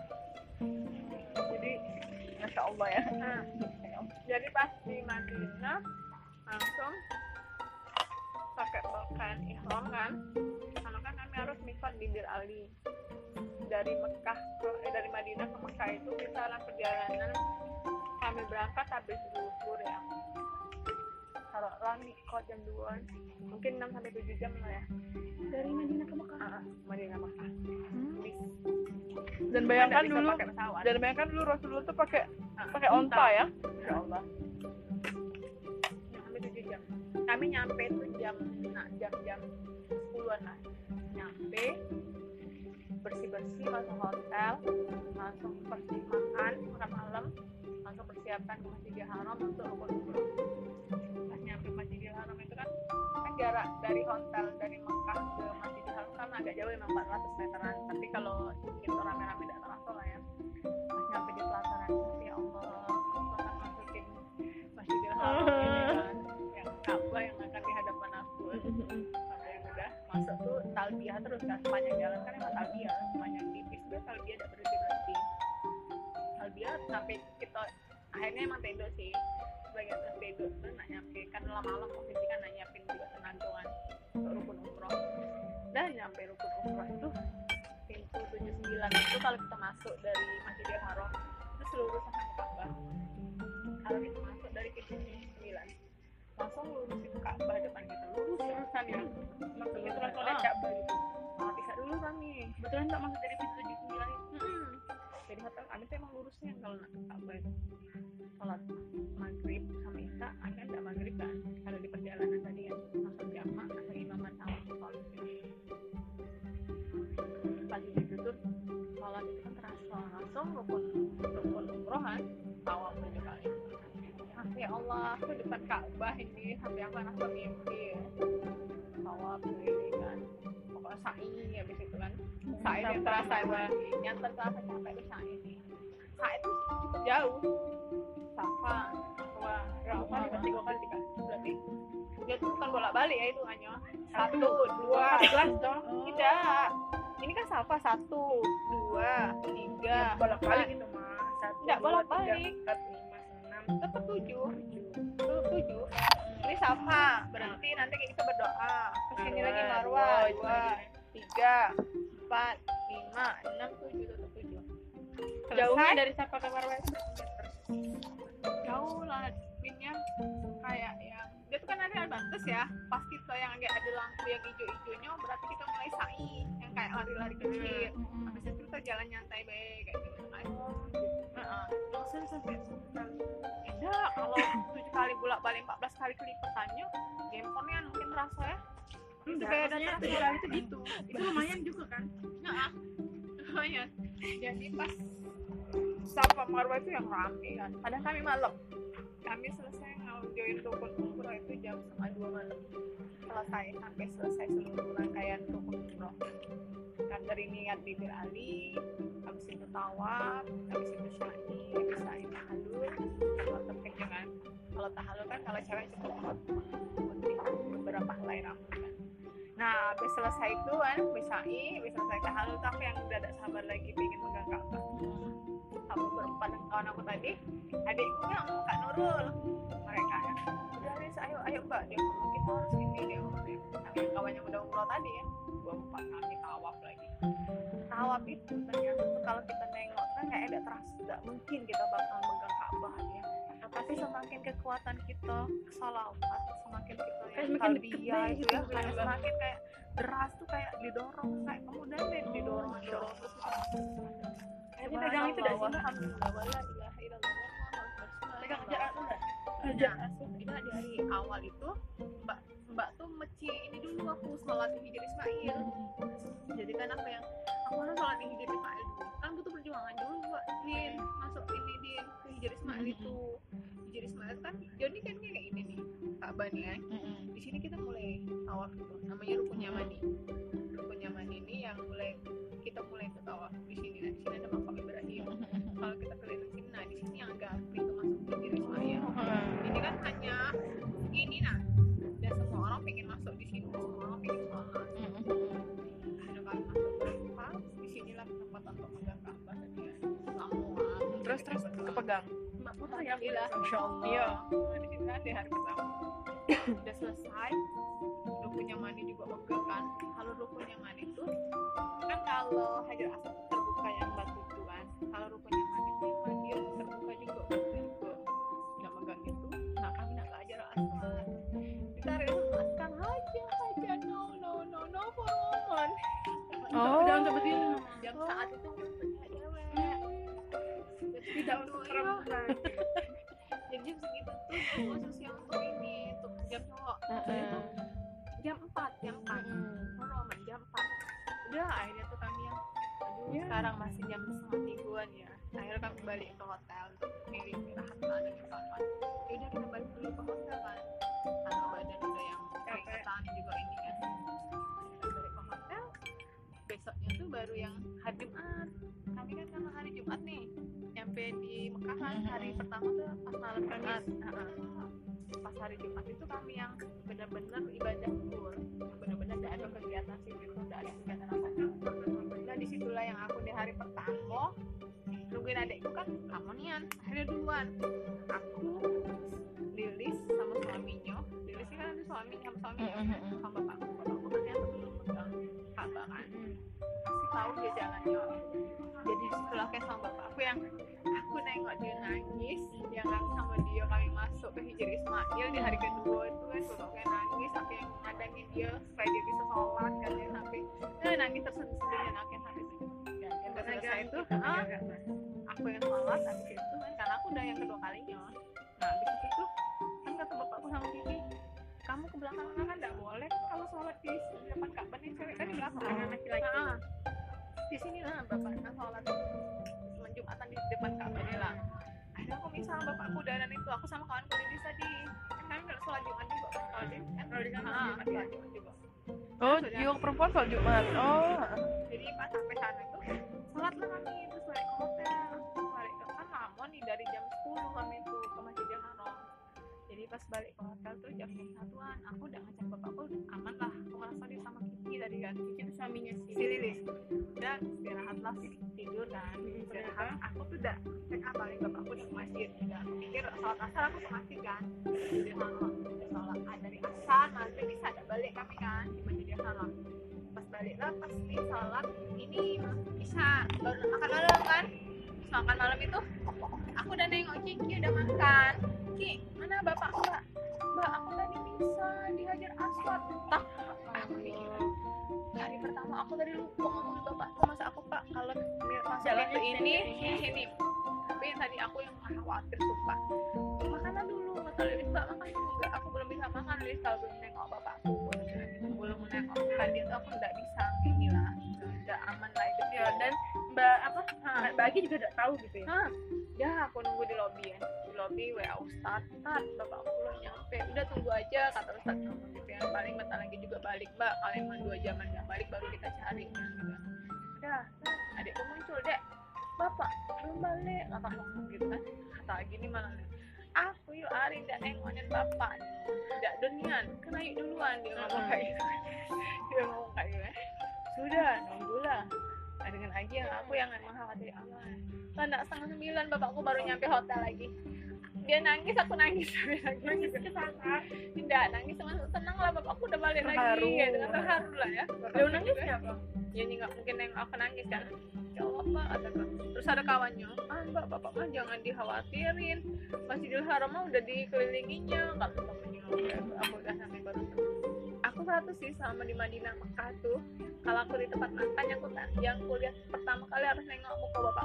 Jadi Masya Allah ya. jadi pas di Madinah langsung pakai pakaian ihram kan karena kan kami harus mikot di Bir Ali dari Madinah ke Mekah itu kisaran perjalanan kami berangkat habis zuhur ya taruhlah mikot jam 2 mungkin 6-7 jam lah ya Dari Madinah ke Mekah. Madinah Mekah bis Dan bayangkan Nggak bisa dulu, pakai pesawat. dan bayangkan dulu Rasulullah tuh pakai onta ya. Ya Allah sampai 7 jam kami nyampe tuh jam 10-an lah nyampe bersih-bersih masuk hotel langsung makan malam langsung persiapan ke Masjidil Haram untuk rukun umroh. Pas nyampe Masjidil Haram itu kan jarak dari hotel dari Mekah ke Masjidil Haram kan agak jauh emang 400 meteran tapi kalau kita rame-rame tidak terasa lah ya. Pas nyampe di pelataran ya Allah aku akan masukin Masjidil Haram ini kan yang Ka'bah yang akan di hadapan aku. Yang udah masuk tuh talbiyah terus kan, sepanjang jalan kan emang talbiyah, sepanjang di bis tuh talbiyah tidak berhenti talbiyah sampai kita akhirnya emang tedo sih, sebagian atas tedo tuh nak nyampe kan malam posisi kan nak nyiapin juga tenaga kan untuk rukun umroh. Dan nyampe rukun umroh itu pintu 79 itu kalau kita masuk dari Masjidil Haram itu seluruh sampai ke Ka'bah. Kalau kita masuk dari pintu 79 langsung lurus itu Ka'bah depan kita, lurusan ya, Maksud itu langsung lihat Ka'bah gitu. bisa dulu kami Kebetulan nggak masuk dari pintu 79 itu. jadi hotel kami tuh emang lurusnya kalau nak ke Ka'bah itu sholat maghrib sama isya akan tidak maghrib kan kalau di perjalanan tadi kan masuk jamaah atau imaman sama sholat pas itu tuh sholat itu kan terasa langsung rukun umroh kan tawaf 7 kali. Ya Allah, aku depan Ka'bah ini sampai aku anak mimpi ya. Tawaf ini kan pokoknya sa'i habis itu kan sa'i yang terasa yang terasa capek itu sa'i ini. Sa'i itu cukup jauh, Safa Marwah Rafa dibagi 2 kali 3 berarti dia tuh bukan bolak balik ya itu hanya 1, 2 dong. tidak, ini kan Safa 1, 2, 3 Bolak-balik gitu mah. 1, Tidak 2, bolak-balik. 3, 4, 5, 6. tetap 7. Ini Safa berarti nanti kita berdoa kesini lagi Marwah 2, 3, 4, 5, 6, 7 tetap 7. Jauhnya dari Safa ke Marwah itu jauh lah pinnya kayak yang dia tuh kan ada batas ya, pas kita yang agak ada lampu yang hijau-hijaunya berarti kita mulai sa'i yang kayak lari-lari kecil. Habis itu kita jalan nyantai kayak gitu kan. Langsung sampai enggak kalau 7 kali bolak-balik 14 kali kelipatannya gameponnya mungkin terasa ya. enggak, maksudnya 7 kali itu gitu. Itu lumayan juga kan. Nah, lumayan. Jadi pas Safa Marwah itu yang rame kan. Padahal kami malam. Kami selesai join rukun umroh itu jam 1:30 malam. Sampai selesai seluruh rangkaian rukun umroh. Kan dari niat bibir Ali, habis itu tawaf, habis itu sa'i tahallul, kalau terkenjangan. Kalau tahallul kan kalau cewek cukup beberapa helai rambut kan. Nah, habis selesai itu kan, habis selesai tahallul tuh aku yang udah ada sabar lagi pengen megang Ka'bah. Aku berempat dengan kawan aku tadi, adikku yang Kak Nurul, mereka ya. Udah Riz, ayo Mbak, dia ngomong kita harus ini, dia ngomong yang kawannya udah umroh tadi ya. 2-4 kami tawaf lagi. Tawaf itu ternyata tuh kalau kita nengok kan kayak ada terasa nggak mungkin kita bakal megang Ka'bah ya. Tapi semakin kekuatan kita salawat, semakin kita yang Semakin talbiyah deket itu gitu ya, ya, kayak Mbak. semakin kayak deras tuh kayak didorong kayak kemudian deh didorong terus. Ini pegang itu dah sih. Alhamdulillah wala ilaha illallah Pegang jarak tuh enggak? aja. Itu di hari awal itu mbak tuh meci ini dulu aku sholat di Hijr Ismail. Jadi kan aku harus sholat di Hijr Ismail dulu. Kan butuh perjuangan dulu buat Din masuk ini Din ke Hijr Ismail itu. Hijr Ismail kan jadi kan kayak ini nih Ka'bah nih kan. Di sini kita mulai tawaf gitu. Namanya rukun Yamani. Rukun Yamani ini yang kita mulai ke tawaf di sini. Nah, di sini ada makam Ibrahim. Kalau kita keliling sini, nah di sini yang agak pintu masuk ke Hijr Ismail. Ini kan hanya segini nah. Dan semua orang pengen masuk di sini, semua orang pengen sholat. Ada kami masuk berapa? Di sinilah tempat untuk megang Ka'bah tadi ya. Terus kepegang. Mbak Putra ya. Alhamdulillah. Masya Allah. Iya. Di sini kan di hari pertama. Udah selesai. Rukun Yamani juga megah kan. Kalau rukun Yamani itu kan kalau Hajar Aswad terbuka yang batu itu kan. Kalau rukun Yamani itu dia terbuka juga batu juga. Nggak megang itu. Nah kami nak ke Hajar Aswad. Ditarik kan aja no pohon. Oh. Udah untuk berdiri. Jam saat itu banyak cewek. Tidak untuk perempuan. Jadi jam segitu tuh khusus yang untuk ini untuk jam cowok. Itu jam 4 Roman jam 4 udah akhirnya tuh kami yang sekarang masih jam 2:30 ya. Akhirnya kami balik ke hotel untuk milih istirahat lah dengan kawan. Ya udah kita balik dulu ke hotel kan karena badan udah yang keringetan juga ini kan. Kita balik ke hotel besoknya tuh baru yang hari Jumat. Kami kan karena hari Jumat nih nyampe di Mekah kan hari pertama tuh pas malam Jumat. Pas hari Jumat itu kami yang benar-benar ibadah full, benar-benar tidak ada kegiatan kan akhirnya duluan aku, Lilis sama suaminya. Lilis kan ada suaminya sama bapakku kan yang belum megang Ka'bah kan, kasih tahu dia jalannya. Jadi setelah kayak sama bapakku yang aku nengok dia nangis, yang sama dia kami masuk ke Hijri Ismail di hari kedua itu kan bapakku yang nangis, aku yang ngadangin dia supaya dia bisa sholat kan, dia sampai nangis terseduh-seduh dan akhirnya sampai itu. Dan udah selesai itu aku yang sholat habis itu kan, karena aku udah yang kedua kalinya. Nah habis itu kan kata bapakku sama Gigi, kamu ke belakang kan nggak boleh kalau sholat di depan Ka'bah nih, cewek kan di belakang Karena laki-laki. di sini lah bapaknya sholat Jumatan di depan Ka'bah lah. Akhirnya aku misal bapakku dan itu aku sama kawanku di tadi kan kami nggak sholat Jumat juga kalau di sana sholat Jumat juga. Oh, yang perempuan soal Jumat. Oh. Jadi pas sampai sana itu sholat lah kami, terus balik ke hotel, balik ke kan lama nih dari jam 10 kami itu ke Masjidil Haram. Jadi pas balik ke hotel tuh jam 1-an aku udah ngajak bapakku aman lah, aku ngerasa dia sama Kiki tadi kan, Kiki itu suaminya si Lilis. Dan istirahatlah tidur kan, istirahat. Aku tuh udah check up balik bapakku di masjid, udah pikir sholat asar aku ke masjid kan, Masjidil Haram. Sholat dari asar maghrib bisa ada balik kami kan di Masjidil Haram. Pas balik lah pas di sholat ini bisa baru makan malam kan. Terus makan malam itu aku udah nengok Kiki udah makan. Ki, mana bapak mbak? Mbak aku tadi bisa di Hajar Aswad. Tah, aku mikir hari pertama aku tadi lupa ngomongin bapakku, masa aku pak kalau masuk pintu ini sini. Tapi tadi aku yang khawatir sumpah. Makanlah dulu, kata Lilis, mbak makan dulu. Enggak, aku belum bisa makan Lilis kalau belum nengok bapakku. Belum nengok hadir tuh aku nggak bisa inilah, nggak aman lah itu Ya, dan Mbak Agi juga udah tahu gitu ya. Ya aku nunggu di lobi ya, di lobi WA Ustadz, bapakku belum nyampe, udah tunggu aja kata Ustadz gitu ya, paling bentar lagi juga balik mbak, kalian mau 2 jaman nggak balik baru kita cari ya, gitu. Udah, adikku muncul dek, bapak belum balik, kakak ngomong gitu kan, kata gini malah aku yuk Ari nggak nengokin bapak, nggak dunian, kena yuk duluan dia ngomong kayak gitu, dia ngomong kayak gitu, sudah nunggulah. Nah, dengan aja yang aku yang emang khawatir aman. Tanda 8:30 bapakku baru nyampe hotel lagi. Dia nangis, aku nangis. Nangis ke sana. Tidak, nangis senang lah bapakku udah balik Terharu. lagi. Ya, dengan terharu lah ya. Dia nangis siapa? Ya ini nggak mungkin yang aku nangis kan. Ya Allah pak, katakan. Terus ada kawannya, mbak bapak mah jangan dikhawatirin. Masjidil Haram mah udah dikelilinginya. Kalau temennya aku udah sampai baru. Aku satu sih sama di Madinah Mekah tuh, kalau aku di tempat makan yang kulihat pertama kali harus nengok muka bapak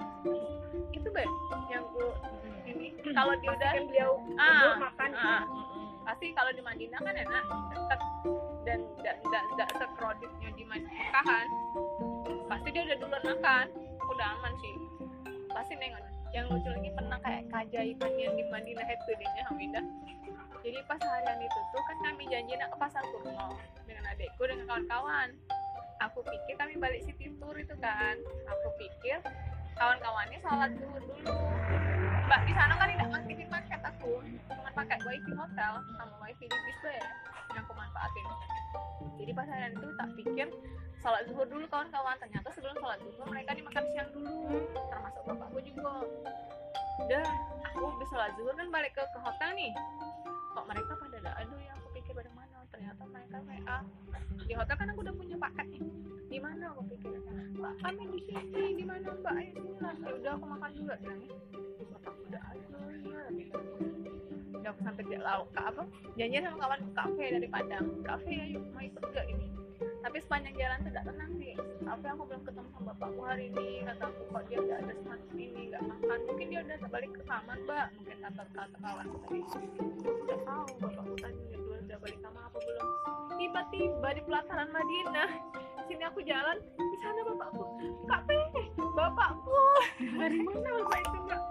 itu yang ku ini kalau dia udah Kan beliau makan pasti kalau di Madinah kan enak dekat dan tidak sekroditnya di Mekah kan, pasti dia udah duluan makan, aku udah aman sih pasti nengok. Yang lucu lagi pernah kayak keajaiban yang di Madinah itu dehnya Hamidah. Jadi pas harian itu tuh kan kami janjian ke pasar Kurno dengan adekku dengan kawan-kawan. Aku pikir kami balik city tour itu kan. Aku pikir kawan-kawannya sholat zuhur dulu. Mbak di sana kan tidak masukin paket aku, cuma pakai wifi hotel sama wifi di bis ya yang aku manfaatin. Jadi pas harian itu tak pikir sholat zuhur dulu kawan-kawan. Ternyata sebelum sholat zuhur mereka dimakan siang dulu, termasuk bapakku juga. Udah, aku habis sholat zuhur kan balik ke hotel nih. Kok mereka pada ada ya, aku pikir pada mana, ternyata mereka WA di hotel kan aku udah punya paket nih. Di mana aku pikir, mbak kami di sini, di mana mbak, ayo sini lah. Ya udah aku makan dulu bilangnya. Bapak udah ada ya gitu. Udah aku sampai di lauk ke apa, janjian sama kawan ke kafe dari Padang, kafe ayo mau ikut gak ini. Tapi sepanjang jalan tuh gak tenang sih. Tapi aku belum ketemu sama bapakku hari ini, kata aku kok dia udah ada semacam ini nggak makan, mungkin dia udah balik ke kamar mbak, mungkin kata kawanku tadi. Udah tahu bapakku tanya dia udah balik kamar apa belum. Tiba-tiba di pelataran Madinah sini aku jalan, di sana bapakku, Kak Pe, bapakku. Dari mana bapak itu mbak?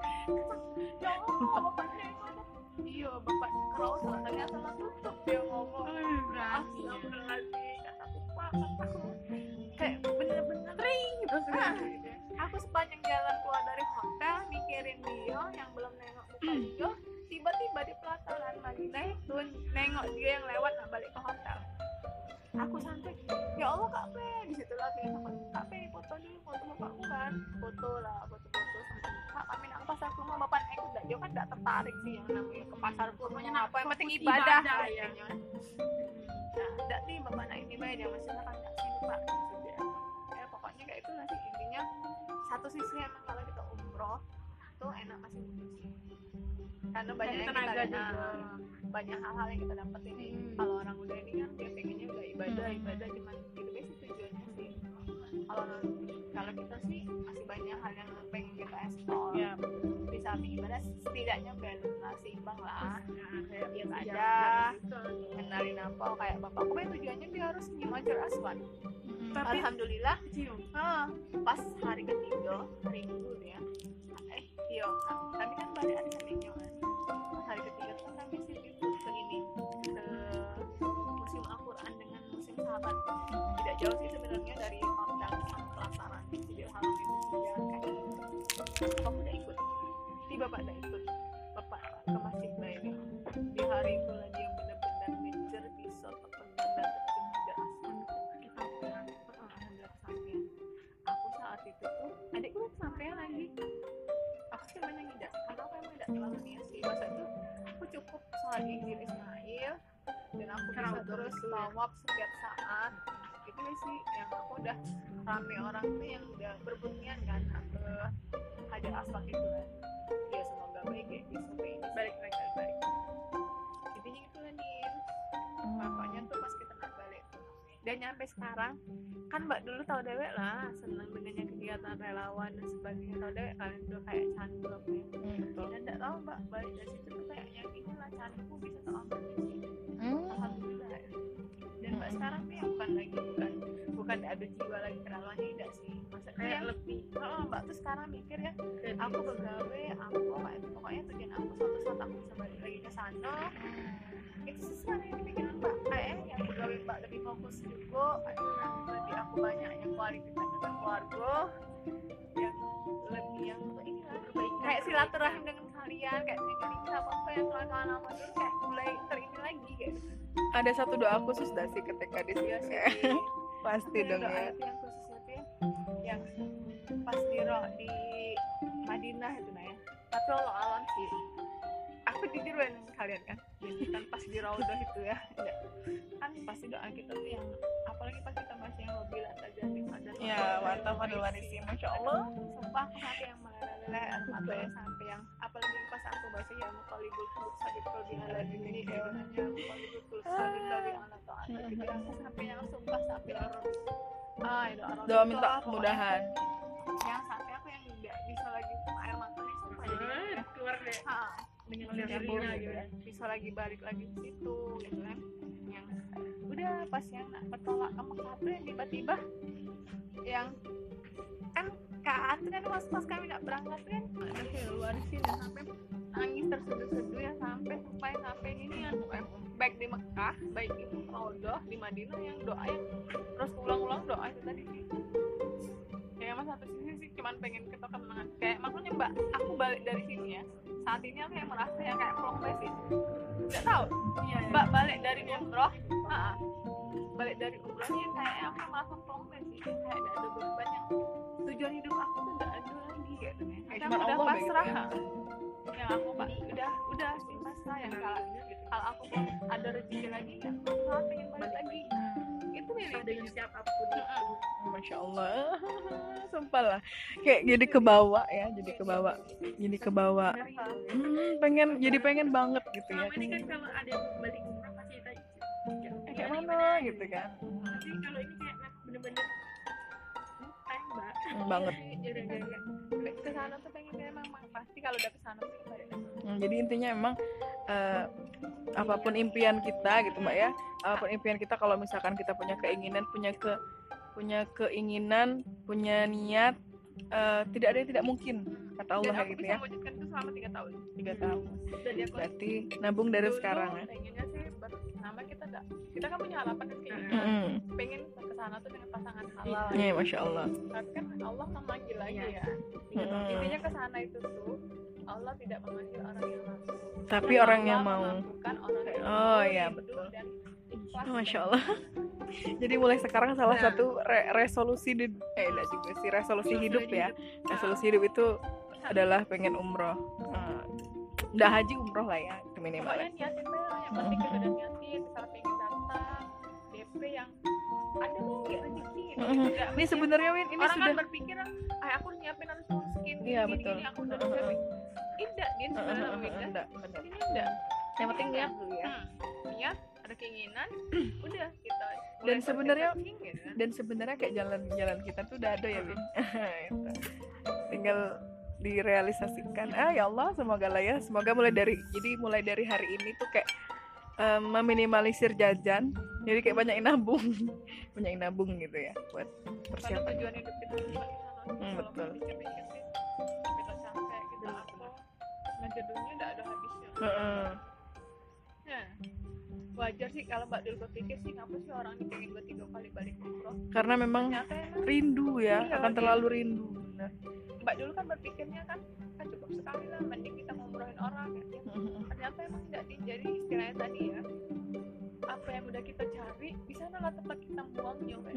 Ya Allah bapaknya itu ada. Iya bapak kalau ternyata salah tutup dia ngomong. Berarti kataku pak, kataku kayak bener-bener ring gitu. Aku sepanjang jalan keluar dari hotel mikirin dia yang belum nengok muka dia, tiba-tiba di pelataran Madinah itu nengok dia yang lewat nggak balik ke hotel. Aku sampai, ya Allah Kak Pe, di situ lagi sama Kak Pe, foto dulu, foto bapakku kan, foto lah, foto-foto sampai Kak kami nampak pasar kurma bapak aku enggak, dia kan enggak tertarik sih yang namanya ke pasar kurma Pokoknya apa yang penting fokus ibadah ibadah, ya. kayaknya. Nah, enggak nih bapak naik ini bayar dia masih kan enggak sih Pak. Maksudnya ya pokoknya kayak itu lah sih intinya. Satu sisi emang kalau kita umroh tuh enak masih sih. Karena banyak yang tenaga kita juga. banyak hal-hal yang kita dapat ini. Kalau orang udah ini kan dia pengennya udah ibadah cuman hidupnya sih tujuannya sih. Kalau kita sih masih banyak hal yang pengen kita explore. Ya, Di samping ibadah setidaknya balance lah, seimbang lah. kayak Ibadah, kenalin apa kayak bapakku kan tujuannya dia harus nyium Hajar Aswad. Tapi Alhamdulillah cium. pas hari ketiga hari Minggu ya iya kami kan balik hari Seninnya kan pas hari ketiga tuh kami sih itu ke ini ke museum Al-Quran dengan museum sahabat tidak jauh sih sebenarnya dari hotel sama pelaksanaan Masjidil Haram itu jalan kaki bapak udah ikut bapak udah ikut bapak ke masjid lah ini di hari itu lah dia benar-benar ngejar bisa terpendam dan tercium Hajar Aswad alhamdulillah kesampean aku saat itu tuh adikku kesampean lagi aku sih banyak ngidak karena aku emang tidak terlalu niat sih masa itu aku cukup sholat Injil Ismail dan aku bisa terus tawaf setiap saat itu sih yang aku udah rame orang tuh yang udah berbunyian kan ke Hajar Aswad itu kan ya semoga baik ya sampai ini balik lagi baik intinya itu lah nih bapaknya tuh pas kita nak balik dan nyampe sekarang kan mbak dulu tahu dewek lah senang dengan yang kegiatan relawan dan sebagainya tahu dewek kalian udah kayak candu apa ya dan nggak tahu mbak balik dari situ tuh kayak yang inilah canduku bisa terlambat sih alhamdulillah ya. Dan mbak sekarang tuh yang bukan ada jiwa lagi kerelawannya tidak sih maksudnya Kayak yang lebih mbak tuh sekarang mikir ya aku begawe aku pokoknya tujuan aku suatu saat aku bisa balik lagi ke sana itu sesuatu yang dipikiran mbak kayak yang begawe mbak lebih fokus juga lebih aku banyak yang kualitas dengan keluarga yang lebih yang inilah kayak silaturahim dengan kalian kayak dengan apa yang kawan-kawan lama dulu kayak mulai terini lagi kayak Ada satu doa khusus gak sih ketika di iya situ? sih Pasti dong doa ya. itu yang khususnya tuh yang pas di Madinah itu nah ya tapi Allah alam sih aku jujur dengan kalian kan pas di Raudah itu ya enggak kan pasti doa kita tuh yang apalagi pas kita masih yang mobil aja di Madinah Ya, mantap Fadul Warisi, Masya Allah. sumpah aku sampai yang meleleh atau ya sampai yang apalagi pas aku baca ya muqallibul qulub sabit qalbi ala dini kayak muqallibul qulub sabit qalbi ala ta'at gitu aku sampai yang sumpah sampai yang itu orang Doa minta kemudahan. yang sampai aku yang nggak bisa lagi air matanya sumpah jadi keluar deh dengan Melihat sendirinya dirinya gitu gitu. kan bisa lagi balik lagi ke situ gitu kan yang udah pas yang bertolak ke Mekah tuh yang tiba-tiba yang kan keadaan tuh kan pas kami nggak berangkat tuh kan ada kayak luar sini sampai nangis terseduh-seduh ya sampai ini yang baik di Mekah baik di Raudah di Madinah yang doa yang terus ulang-ulang doa itu tadi sih ya emang satu sisi sih cuman pengen kita kemenangan kayak makanya mbak aku balik dari sini ya saat ini aku yang merasa yang kayak progres sih nggak tahu mbak balik dari umroh balik dari umrohnya kayak aku yang merasa progres sih kayak ada beban yang tujuan hidup aku tuh nggak ada lagi gitu kayak Cuman udah Allah pasrah begitu yang aku pak udah sih pasrah yang kalau aku pun ada rezeki lagi ya aku pengen balik lagi itu nih dengan siapapun itu. Masya Allah. Sumpah lah. Kayak jadi kebawa ya, jadi kebawa. Pengen banget gitu ya. Selama ini kan kalau ada yang balik umrah pasti tanya Kayak mana gitu kan. tapi kalau ini kayak bener-bener time mbak Banget. jadi kayak ke sana tuh pengen memang pasti kalau udah ke sana tuh balik lagi. Jadi intinya emang apapun impian kita gitu Mbak ya, apapun impian kita kalau misalkan kita punya keinginan, punya keinginan, punya niat, tidak ada yang tidak mungkin kata Allah Dan aku gitu bisa ya. mewujudkan itu selama 3 tahun 3 tahun. jadi aku Berarti nabung dari dulu sekarang ya. pengennya sih pertama kita kan punya harapan kan kayak pengen ke sana tuh dengan pasangan halal Iya, Masya Allah. tapi kan Allah memanggil lagi ya Mm-mm. intinya ke sana itu tuh Allah tidak memanggil orang yang mampu Tapi orang yang mau. bukan orang yang Oh, mau, iya, yang betul. dan ikhlas Masya Allah. Jadi mulai sekarang salah Nah. satu resolusi enggak juga sih resolusi hidup ya. Resolusi hidup itu adalah pengen umroh. Nggak haji, umroh lah ya minimal. Pokoknya niatin banget, yang penting kita udah niatin, misalnya pengen datang DP yang ada nih rezeki gitu. Nggak Ini mesti- sebenarnya Win, ini orang sudah kan berpikir, aku nyiapin harus miskin, Iya, gini, betul. gini, aku udah bisa. Tidak, dia sebenarnya Win, enggak, benar. ini enggak. Yang penting niat dulu ya. Niat, ada keinginan, udah kita. Dan mulai sebenarnya- searching, gitu kan. Dan sebenarnya kayak jalan kita tuh udah ada ya Win. Gitu. Tinggal direalisasikan. Ya Allah, semoga lah ya. Semoga mulai dari hari ini tuh kayak meminimalisir jajan. Jadi kayak banyak nabung. Banyak nabung gitu ya buat Karena persiapan. tujuan hidup kita cuma di sana. Kalau betul. pikir-pikir sih, kita capek, kita apa, ngejadulnya udah ada habisnya. Heeh. Nah, wajar sih kalau Mbak Dul berpikir sih, ngapa sih orang ini pengen 2-3 kali balik umroh. Karena memang Ternyata emang rindu ya, Iya, akan iya. terlalu rindu. Benar. Mbak Dul kan berpikirnya kan cukup sekali lah, mending kita ngumrohin orang ya. Ternyata emang tidak jadi istilahnya tadi ya, apa yang udah kita cari di sana lah tempat kita buangnya kayak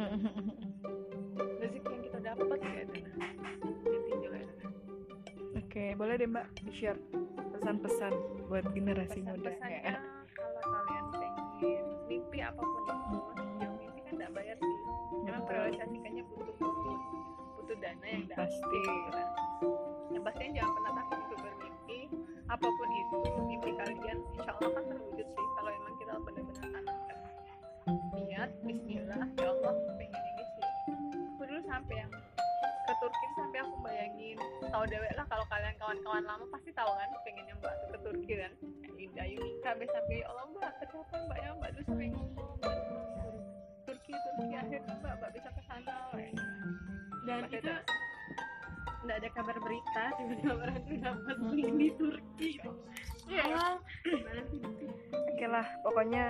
rezeki yang kita dapat kayak itu intinya kayak itu. Oke, boleh deh Mbak di-share pesan-pesan buat generasi muda. Pesan-pesannya kalau kalian pengen mimpi apapun itu, yang mimpi kan tidak bayar sih, memang Betul. merealisasikannya butuh dana yang tidak Pasti. yang pastinya jangan pernah takut untuk bermimpi apapun itu. Mimpi kalian insya Allah kan terwujud sih kalau emang kita benar-benar tanamkan niat. Bismillah, ya Allah pengen ini sih. Aku dulu sampai yang ke Turki sampai aku bayangin, tahu dewek lah kalau kalian kawan-kawan lama pasti tahu kan pengennya Mbak tuh ke Turki kan, Linda Yunika sampai ya Allah Mbak tercapai Mbak ya, Mbak tuh sering ngomong Mbak Turki akhirnya Mbak bisa ke sana Dan Mbak itu datang. nggak ada kabar berita tiba-tiba itu dapat link di Turki. Iya. Gimana sih? Oke lah, pokoknya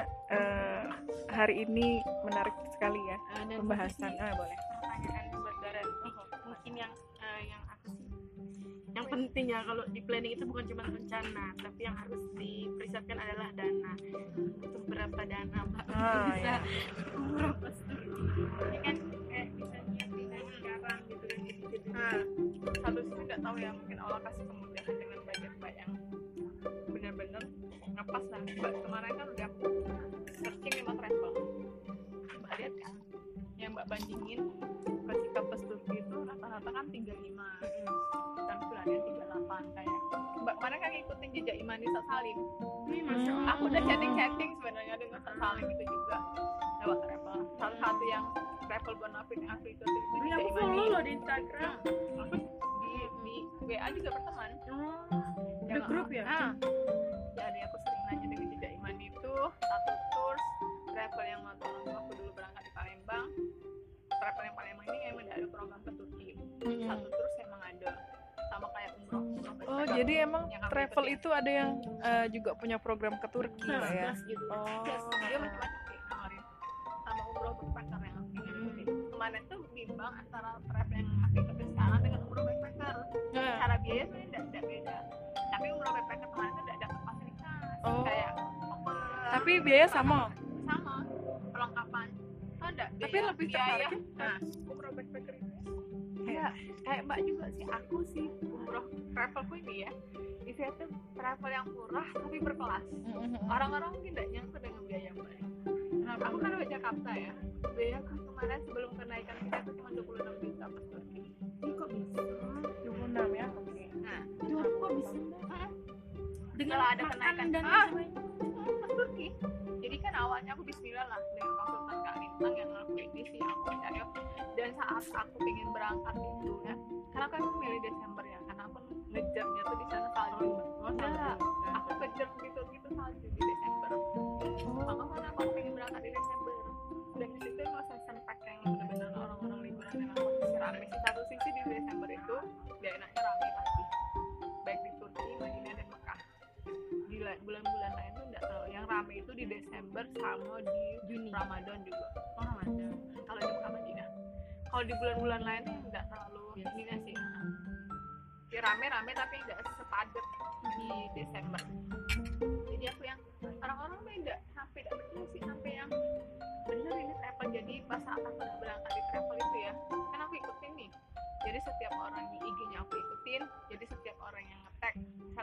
hari ini menarik sekali ya Dan pembahasan. satu sih, Boleh. pertanyaan buat Daren, mungkin yang aku sih yang penting ya kalau di planning itu bukan cuma rencana, tapi yang harus dipersiapkan adalah dana. Untuk berapa dana Mbak bisa Ya. umroh pas Turki? Ini kan bisa nyiapin dari sekarang gitu kan, gitu. Satu sih nggak tahu ya, mungkin Allah kasih kemudahan dengan budget Mbak yang benar-benar ngepas lah. Mbak kemarin kan udah searching 5 travel, Mbak lihat kan yang Mbak bandingin ketika pas Turki itu rata-rata kan 35 dan bulannya 38 kayak Mbak kemarin kan ngikutin jejak Imani Sak Salim. Masya Allah. Aku udah chatting sebenarnya dengan Sak Salim itu juga lewat travel. Salah satu yang travel Bonafit yang aku ikutin itu Ini jejak aku Imani. follow loh di Instagram. Aku di WA juga berteman. The group ya? Jadi aku sering nanya dengan jejak Imani itu satu tours travel yang waktu orang tua aku dulu berangkat di Palembang. Travel yang Palembang ini emang ada program ke Turki. Satu tours emang ada sama kayak umroh Oh, backpacker. jadi emang Yang kami travel ikutin. itu ada yang juga punya program ke Turki Mbak ya? Plus gitu. Oh. Yes, dia macam-macam sih nawarin sama umroh backpacker yang aku ikutin. Kemarin tuh bimbang antara travel yang aku ikutin sekarang dengan umroh backpacker. Nah, Cara biaya sebenarnya tidak beda, tapi umroh backpacker kemarin tuh tidak dapat fasilitas Oh. kayak over, tapi biaya sama. sama perlengkapan ada Tapi lebih biaya. tertarik Nah, umroh backpacker ini kayak Mbak juga sih, aku sih umroh travelku ini ya itu tuh travel yang murah tapi berkelas. Orang-orang mungkin tidak nyangka dengan biaya Mbak. Aku kan dari Jakarta ya, biaya aku kemarin sebelum kenaikan kita itu cuma 26 juta pas Turki. Ini kok bisa? 26 ya? Oke. Nah, Duh, kok bisa Mbak? Dengan Setelah ada makan kenaikan. dan Ah. semuanya. pas Turki. Jadi kan awalnya aku bismillah lah dengan konsultan Kak Lintang yang aku ini sih aku percaya. Dan saat aku pengen berangkat itu ya, karena aku emang milih Desember ya, karena aku ngejarnya tuh di sana salju. Enggak, aku kejar gitu salju di Desember. Maka kan aku pengen berangkat di Desember. Dan di situ emang season pack yang benar-benar orang-orang liburan yang aku masih rame sih. Satu sisi di Desember itu dia enaknya rame pasti. Baik di Turki, Madinah dan Mekah. Di bulan-bulan lain tuh enggak terlalu. Yang rame itu di Desember sama di Juni. Ramadan juga. Oh, Ramadan. Kalau di Mekah Madinah. Kalau di bulan-bulan lain tuh enggak terlalu ini sih. Ya rame-rame tapi enggak sepadat di Desember. Jadi aku yang orang-orang beda sampai enggak betul sih, sampai yang bener ini travel. Jadi pas saat aku udah berangkat di travel itu ya, kan aku ikutin nih. Jadi setiap orang di IG-nya aku ikutin. Jadi setiap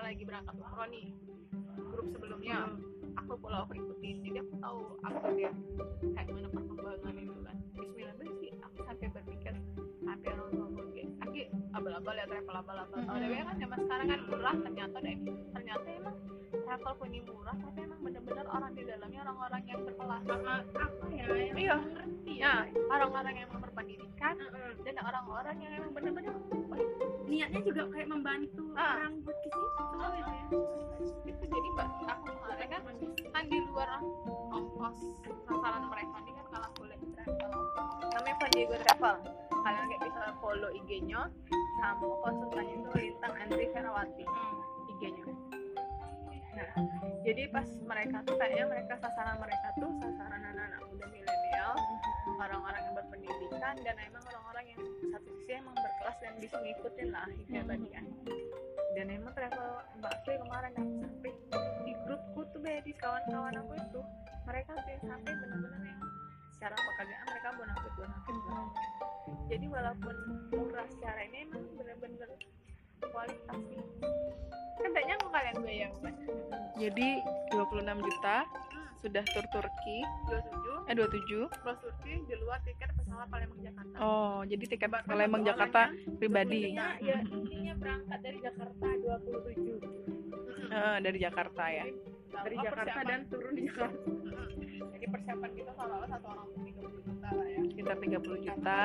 lagi berangkat umroh nih, grup sebelumnya aku ikutin, jadi aku tahu aktor dia kayak mana perkembangan itu kan. Bismillah sih aku sampai berpikir sampai nonton kayak aki abal-abal ya, travel abal-abal. Kalau dia kan zaman sekarang kan murah, ternyata emang travel punya murah, tapi emang bener-bener orang di dalamnya orang-orang yang berkelas. Apa ya? Iya, Ngerti ya orang-orang yang emang berpendidikan dan orang-orang yang emang bener-bener Niatnya juga kayak membantu orang buat ke situ gitu ya. itu. Jadi mbak aku kemarin kan di luar ongkos sasaran mereka ini kan kalah boleh travel, namanya Van Diego Travel. Kalian kayak bisa follow IG-nya sama konsultannya itu Lintang Andri Ferawati IG-nya. Nah jadi pas mereka tuh kayaknya sasaran mereka tuh sasaran anak-anak muda milenial, orang-orang yang berpendidikan dan emang orang-orang yang satu sisi emang berkelas dan bisa ngikutin lah kayak tadi kan. Dan emang travel Mbak Frey kemarin aku sampai di grupku tuh di kawan-kawan aku itu mereka tuh yang sampai benar-benar yang secara pekerjaan mereka bonafit. Jadi walaupun murah secara ini emang benar-benar kualitas sih. Kan banyak kok kalian bayang kan. Jadi 26 juta sudah tur Turki 27 Plus Turki di luar tiket pesawat Palembang Jakarta. Oh, jadi tiket Palembang Jakarta pribadi. Ya, intinya berangkat dari Jakarta 27. Dari Jakarta ya. Dari Jakarta dan turun di Jakarta. Jadi persiapan kita kalau satu orang 30 juta lah ya. Sekitar 30 juta.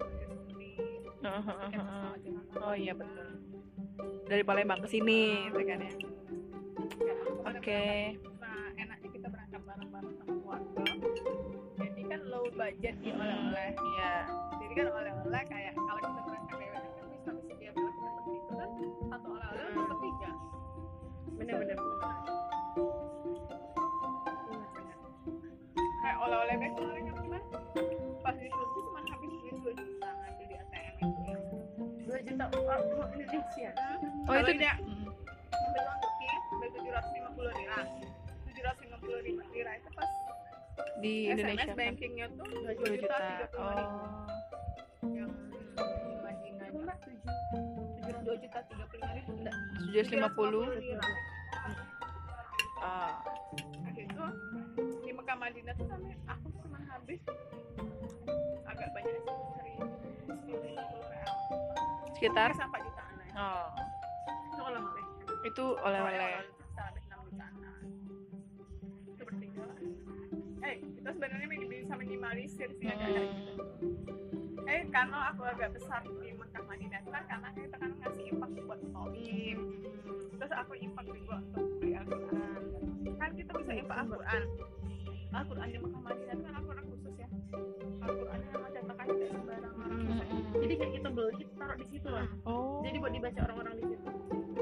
Oh iya betul. Dari Palembang ke sini, gitu kan ya. Oke. Nah, enaknya kita berangkat bareng-bareng sama keluarga. Jadi kan low budget ya oleh-oleh. Iya. Jadi kan oleh-oleh kayak kalau kita berangkat lewat kan bisa setiap bulan kita beli itu kan satu oleh-oleh untuk 3. Bener-bener. Kayak oleh-oleh kayak kemarin kan pas di Turki cuma habis duit 2 juta ngambil di ATM itu ya. 2 juta uang Indonesia. Oh itu dia ambil uang Turki ambil 750 lira. 750 lira itu pas di Indonesia. SMS bankingnya tuh 2 juta. 35.000. Yang di Madinah Enggak 2 juta 35.000 enggak 750. lira. Ah. Nah itu di Mekah Madinah tuh sampai aku cuma habis agak banyak sih 1.050 real. Sekitar 4 jutaan lah ya. oh. Itu oleh-oleh. Itu oleh-oleh. Bisa habis 6 jutaan. Itu bertiga. Kita sebenarnya bisa minimalisir sih agak-agak gitu. Karena aku agak besar di Mekah Madinah itu kan karena kita kan ngasih infak buat tolib. Terus aku infak juga untuk beli Al-Quran. Kan kita bisa infak Al-Quran. Al-Quran di Mekah Madinah itu kan Al-Quran khusus ya. Al-Quran yang nama cetakannya tidak sembarang orang bisa. Jadi kayak kita beli, kita taruh di situ lah. Oh. Jadi buat dibaca orang-orang di situ.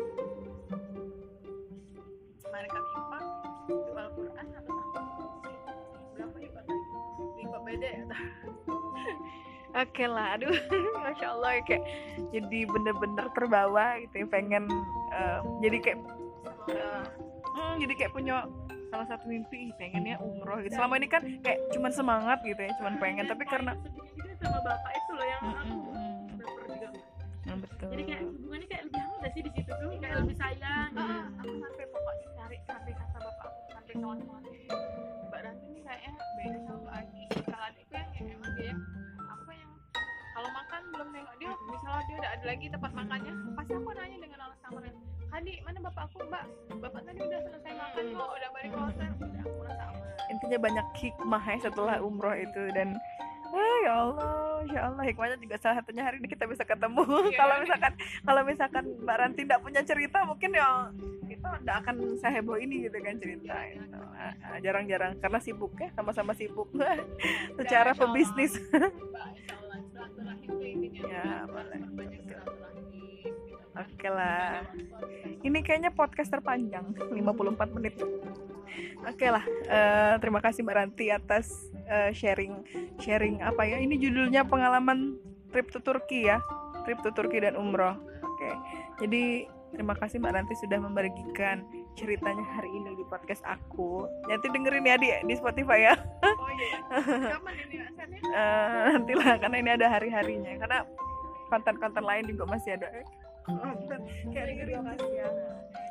Kemarin kami infak itu Al-Quran atau sampai berapa juga tadi? Infak beda ya. Oke lah, aduh, masya Allah ya, kayak jadi bener-bener terbawa gitu, ya, pengen jadi kayak jadi kayak punya salah satu mimpi, pengennya umroh gitu. Selama ini kan kayak cuman semangat gitu ya, cuman pengen, tapi karena juga sama bapak itu loh yang aku baper juga. betul. Jadi kayak hubungannya kayak lebih hangat sih di situ tuh, kayak lebih sayang. Aku sampai pokoknya cari sampai kata bapak aku sampai kawan-kawan Mbak Ranti ini kayaknya beda sama Mbak Adi. Kalau adikku yang emang dia apa yang kalau makan belum nengok dia, misalnya dia udah ada lagi tempat makannya, pasti aku nanya dengan alas kamarnya, Adi mana bapak aku Mbak, bapak tadi udah selesai makan kok, udah balik ke hotel, udah aku rasa aman. Intinya banyak hikmah ya setelah umroh itu, dan ya Allah hikmahnya juga salah satunya hari ini kita bisa ketemu. Kalau misalkan Mbak Ranti tidak punya cerita, mungkin ya kita tidak akan seheboh ini gitu kan cerita gitu. Jarang-jarang karena sibuk ya, sama-sama sibuk secara pebisnis. Mbak insyaallah silaturahim itu intinya Ya, boleh. banyak silaturahim. Oke lah, ini kayaknya podcast terpanjang 54 menit. Oke lah, terima kasih Mbak Ranti atas sharing apa ya, ini judulnya pengalaman trip to Turki ya, trip to Turki dan umroh. Oke, jadi terima kasih Mbak Ranti sudah membagikan ceritanya hari ini di podcast aku. Nanti dengerin ya di Spotify ya. Oh iya, kapan ini asalnya? Nantilah, karena ini ada hari-harinya, karena konten-konten lain juga masih ada. Kayak dengerin ya.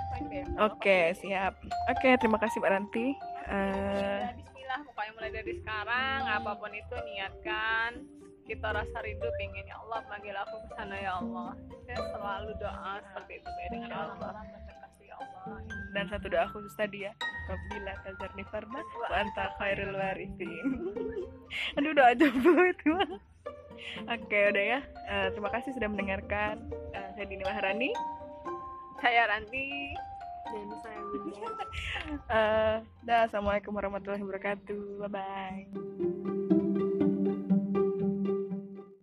fine deh. Oke, siap. Oke, terima kasih Mbak Ranti. Ya, bismillah, pokoknya mulai dari sekarang apapun itu niatkan, kita rasa rindu pengen ya Allah panggil aku ke sana ya Allah. Saya selalu doa seperti itu dengan ya Allah. Ya Allah. Dan satu doa khusus tadi ya, Rabbila tazarni fardan wa anta khairul warithin. Aduh, doa jomblo itu. Oke, udah ya. Terima kasih sudah mendengarkan. Saya Dini Maharani. Saya Ranti. Dan saya Winda. Assalamualaikum warahmatullahi wabarakatuh. Bye bye.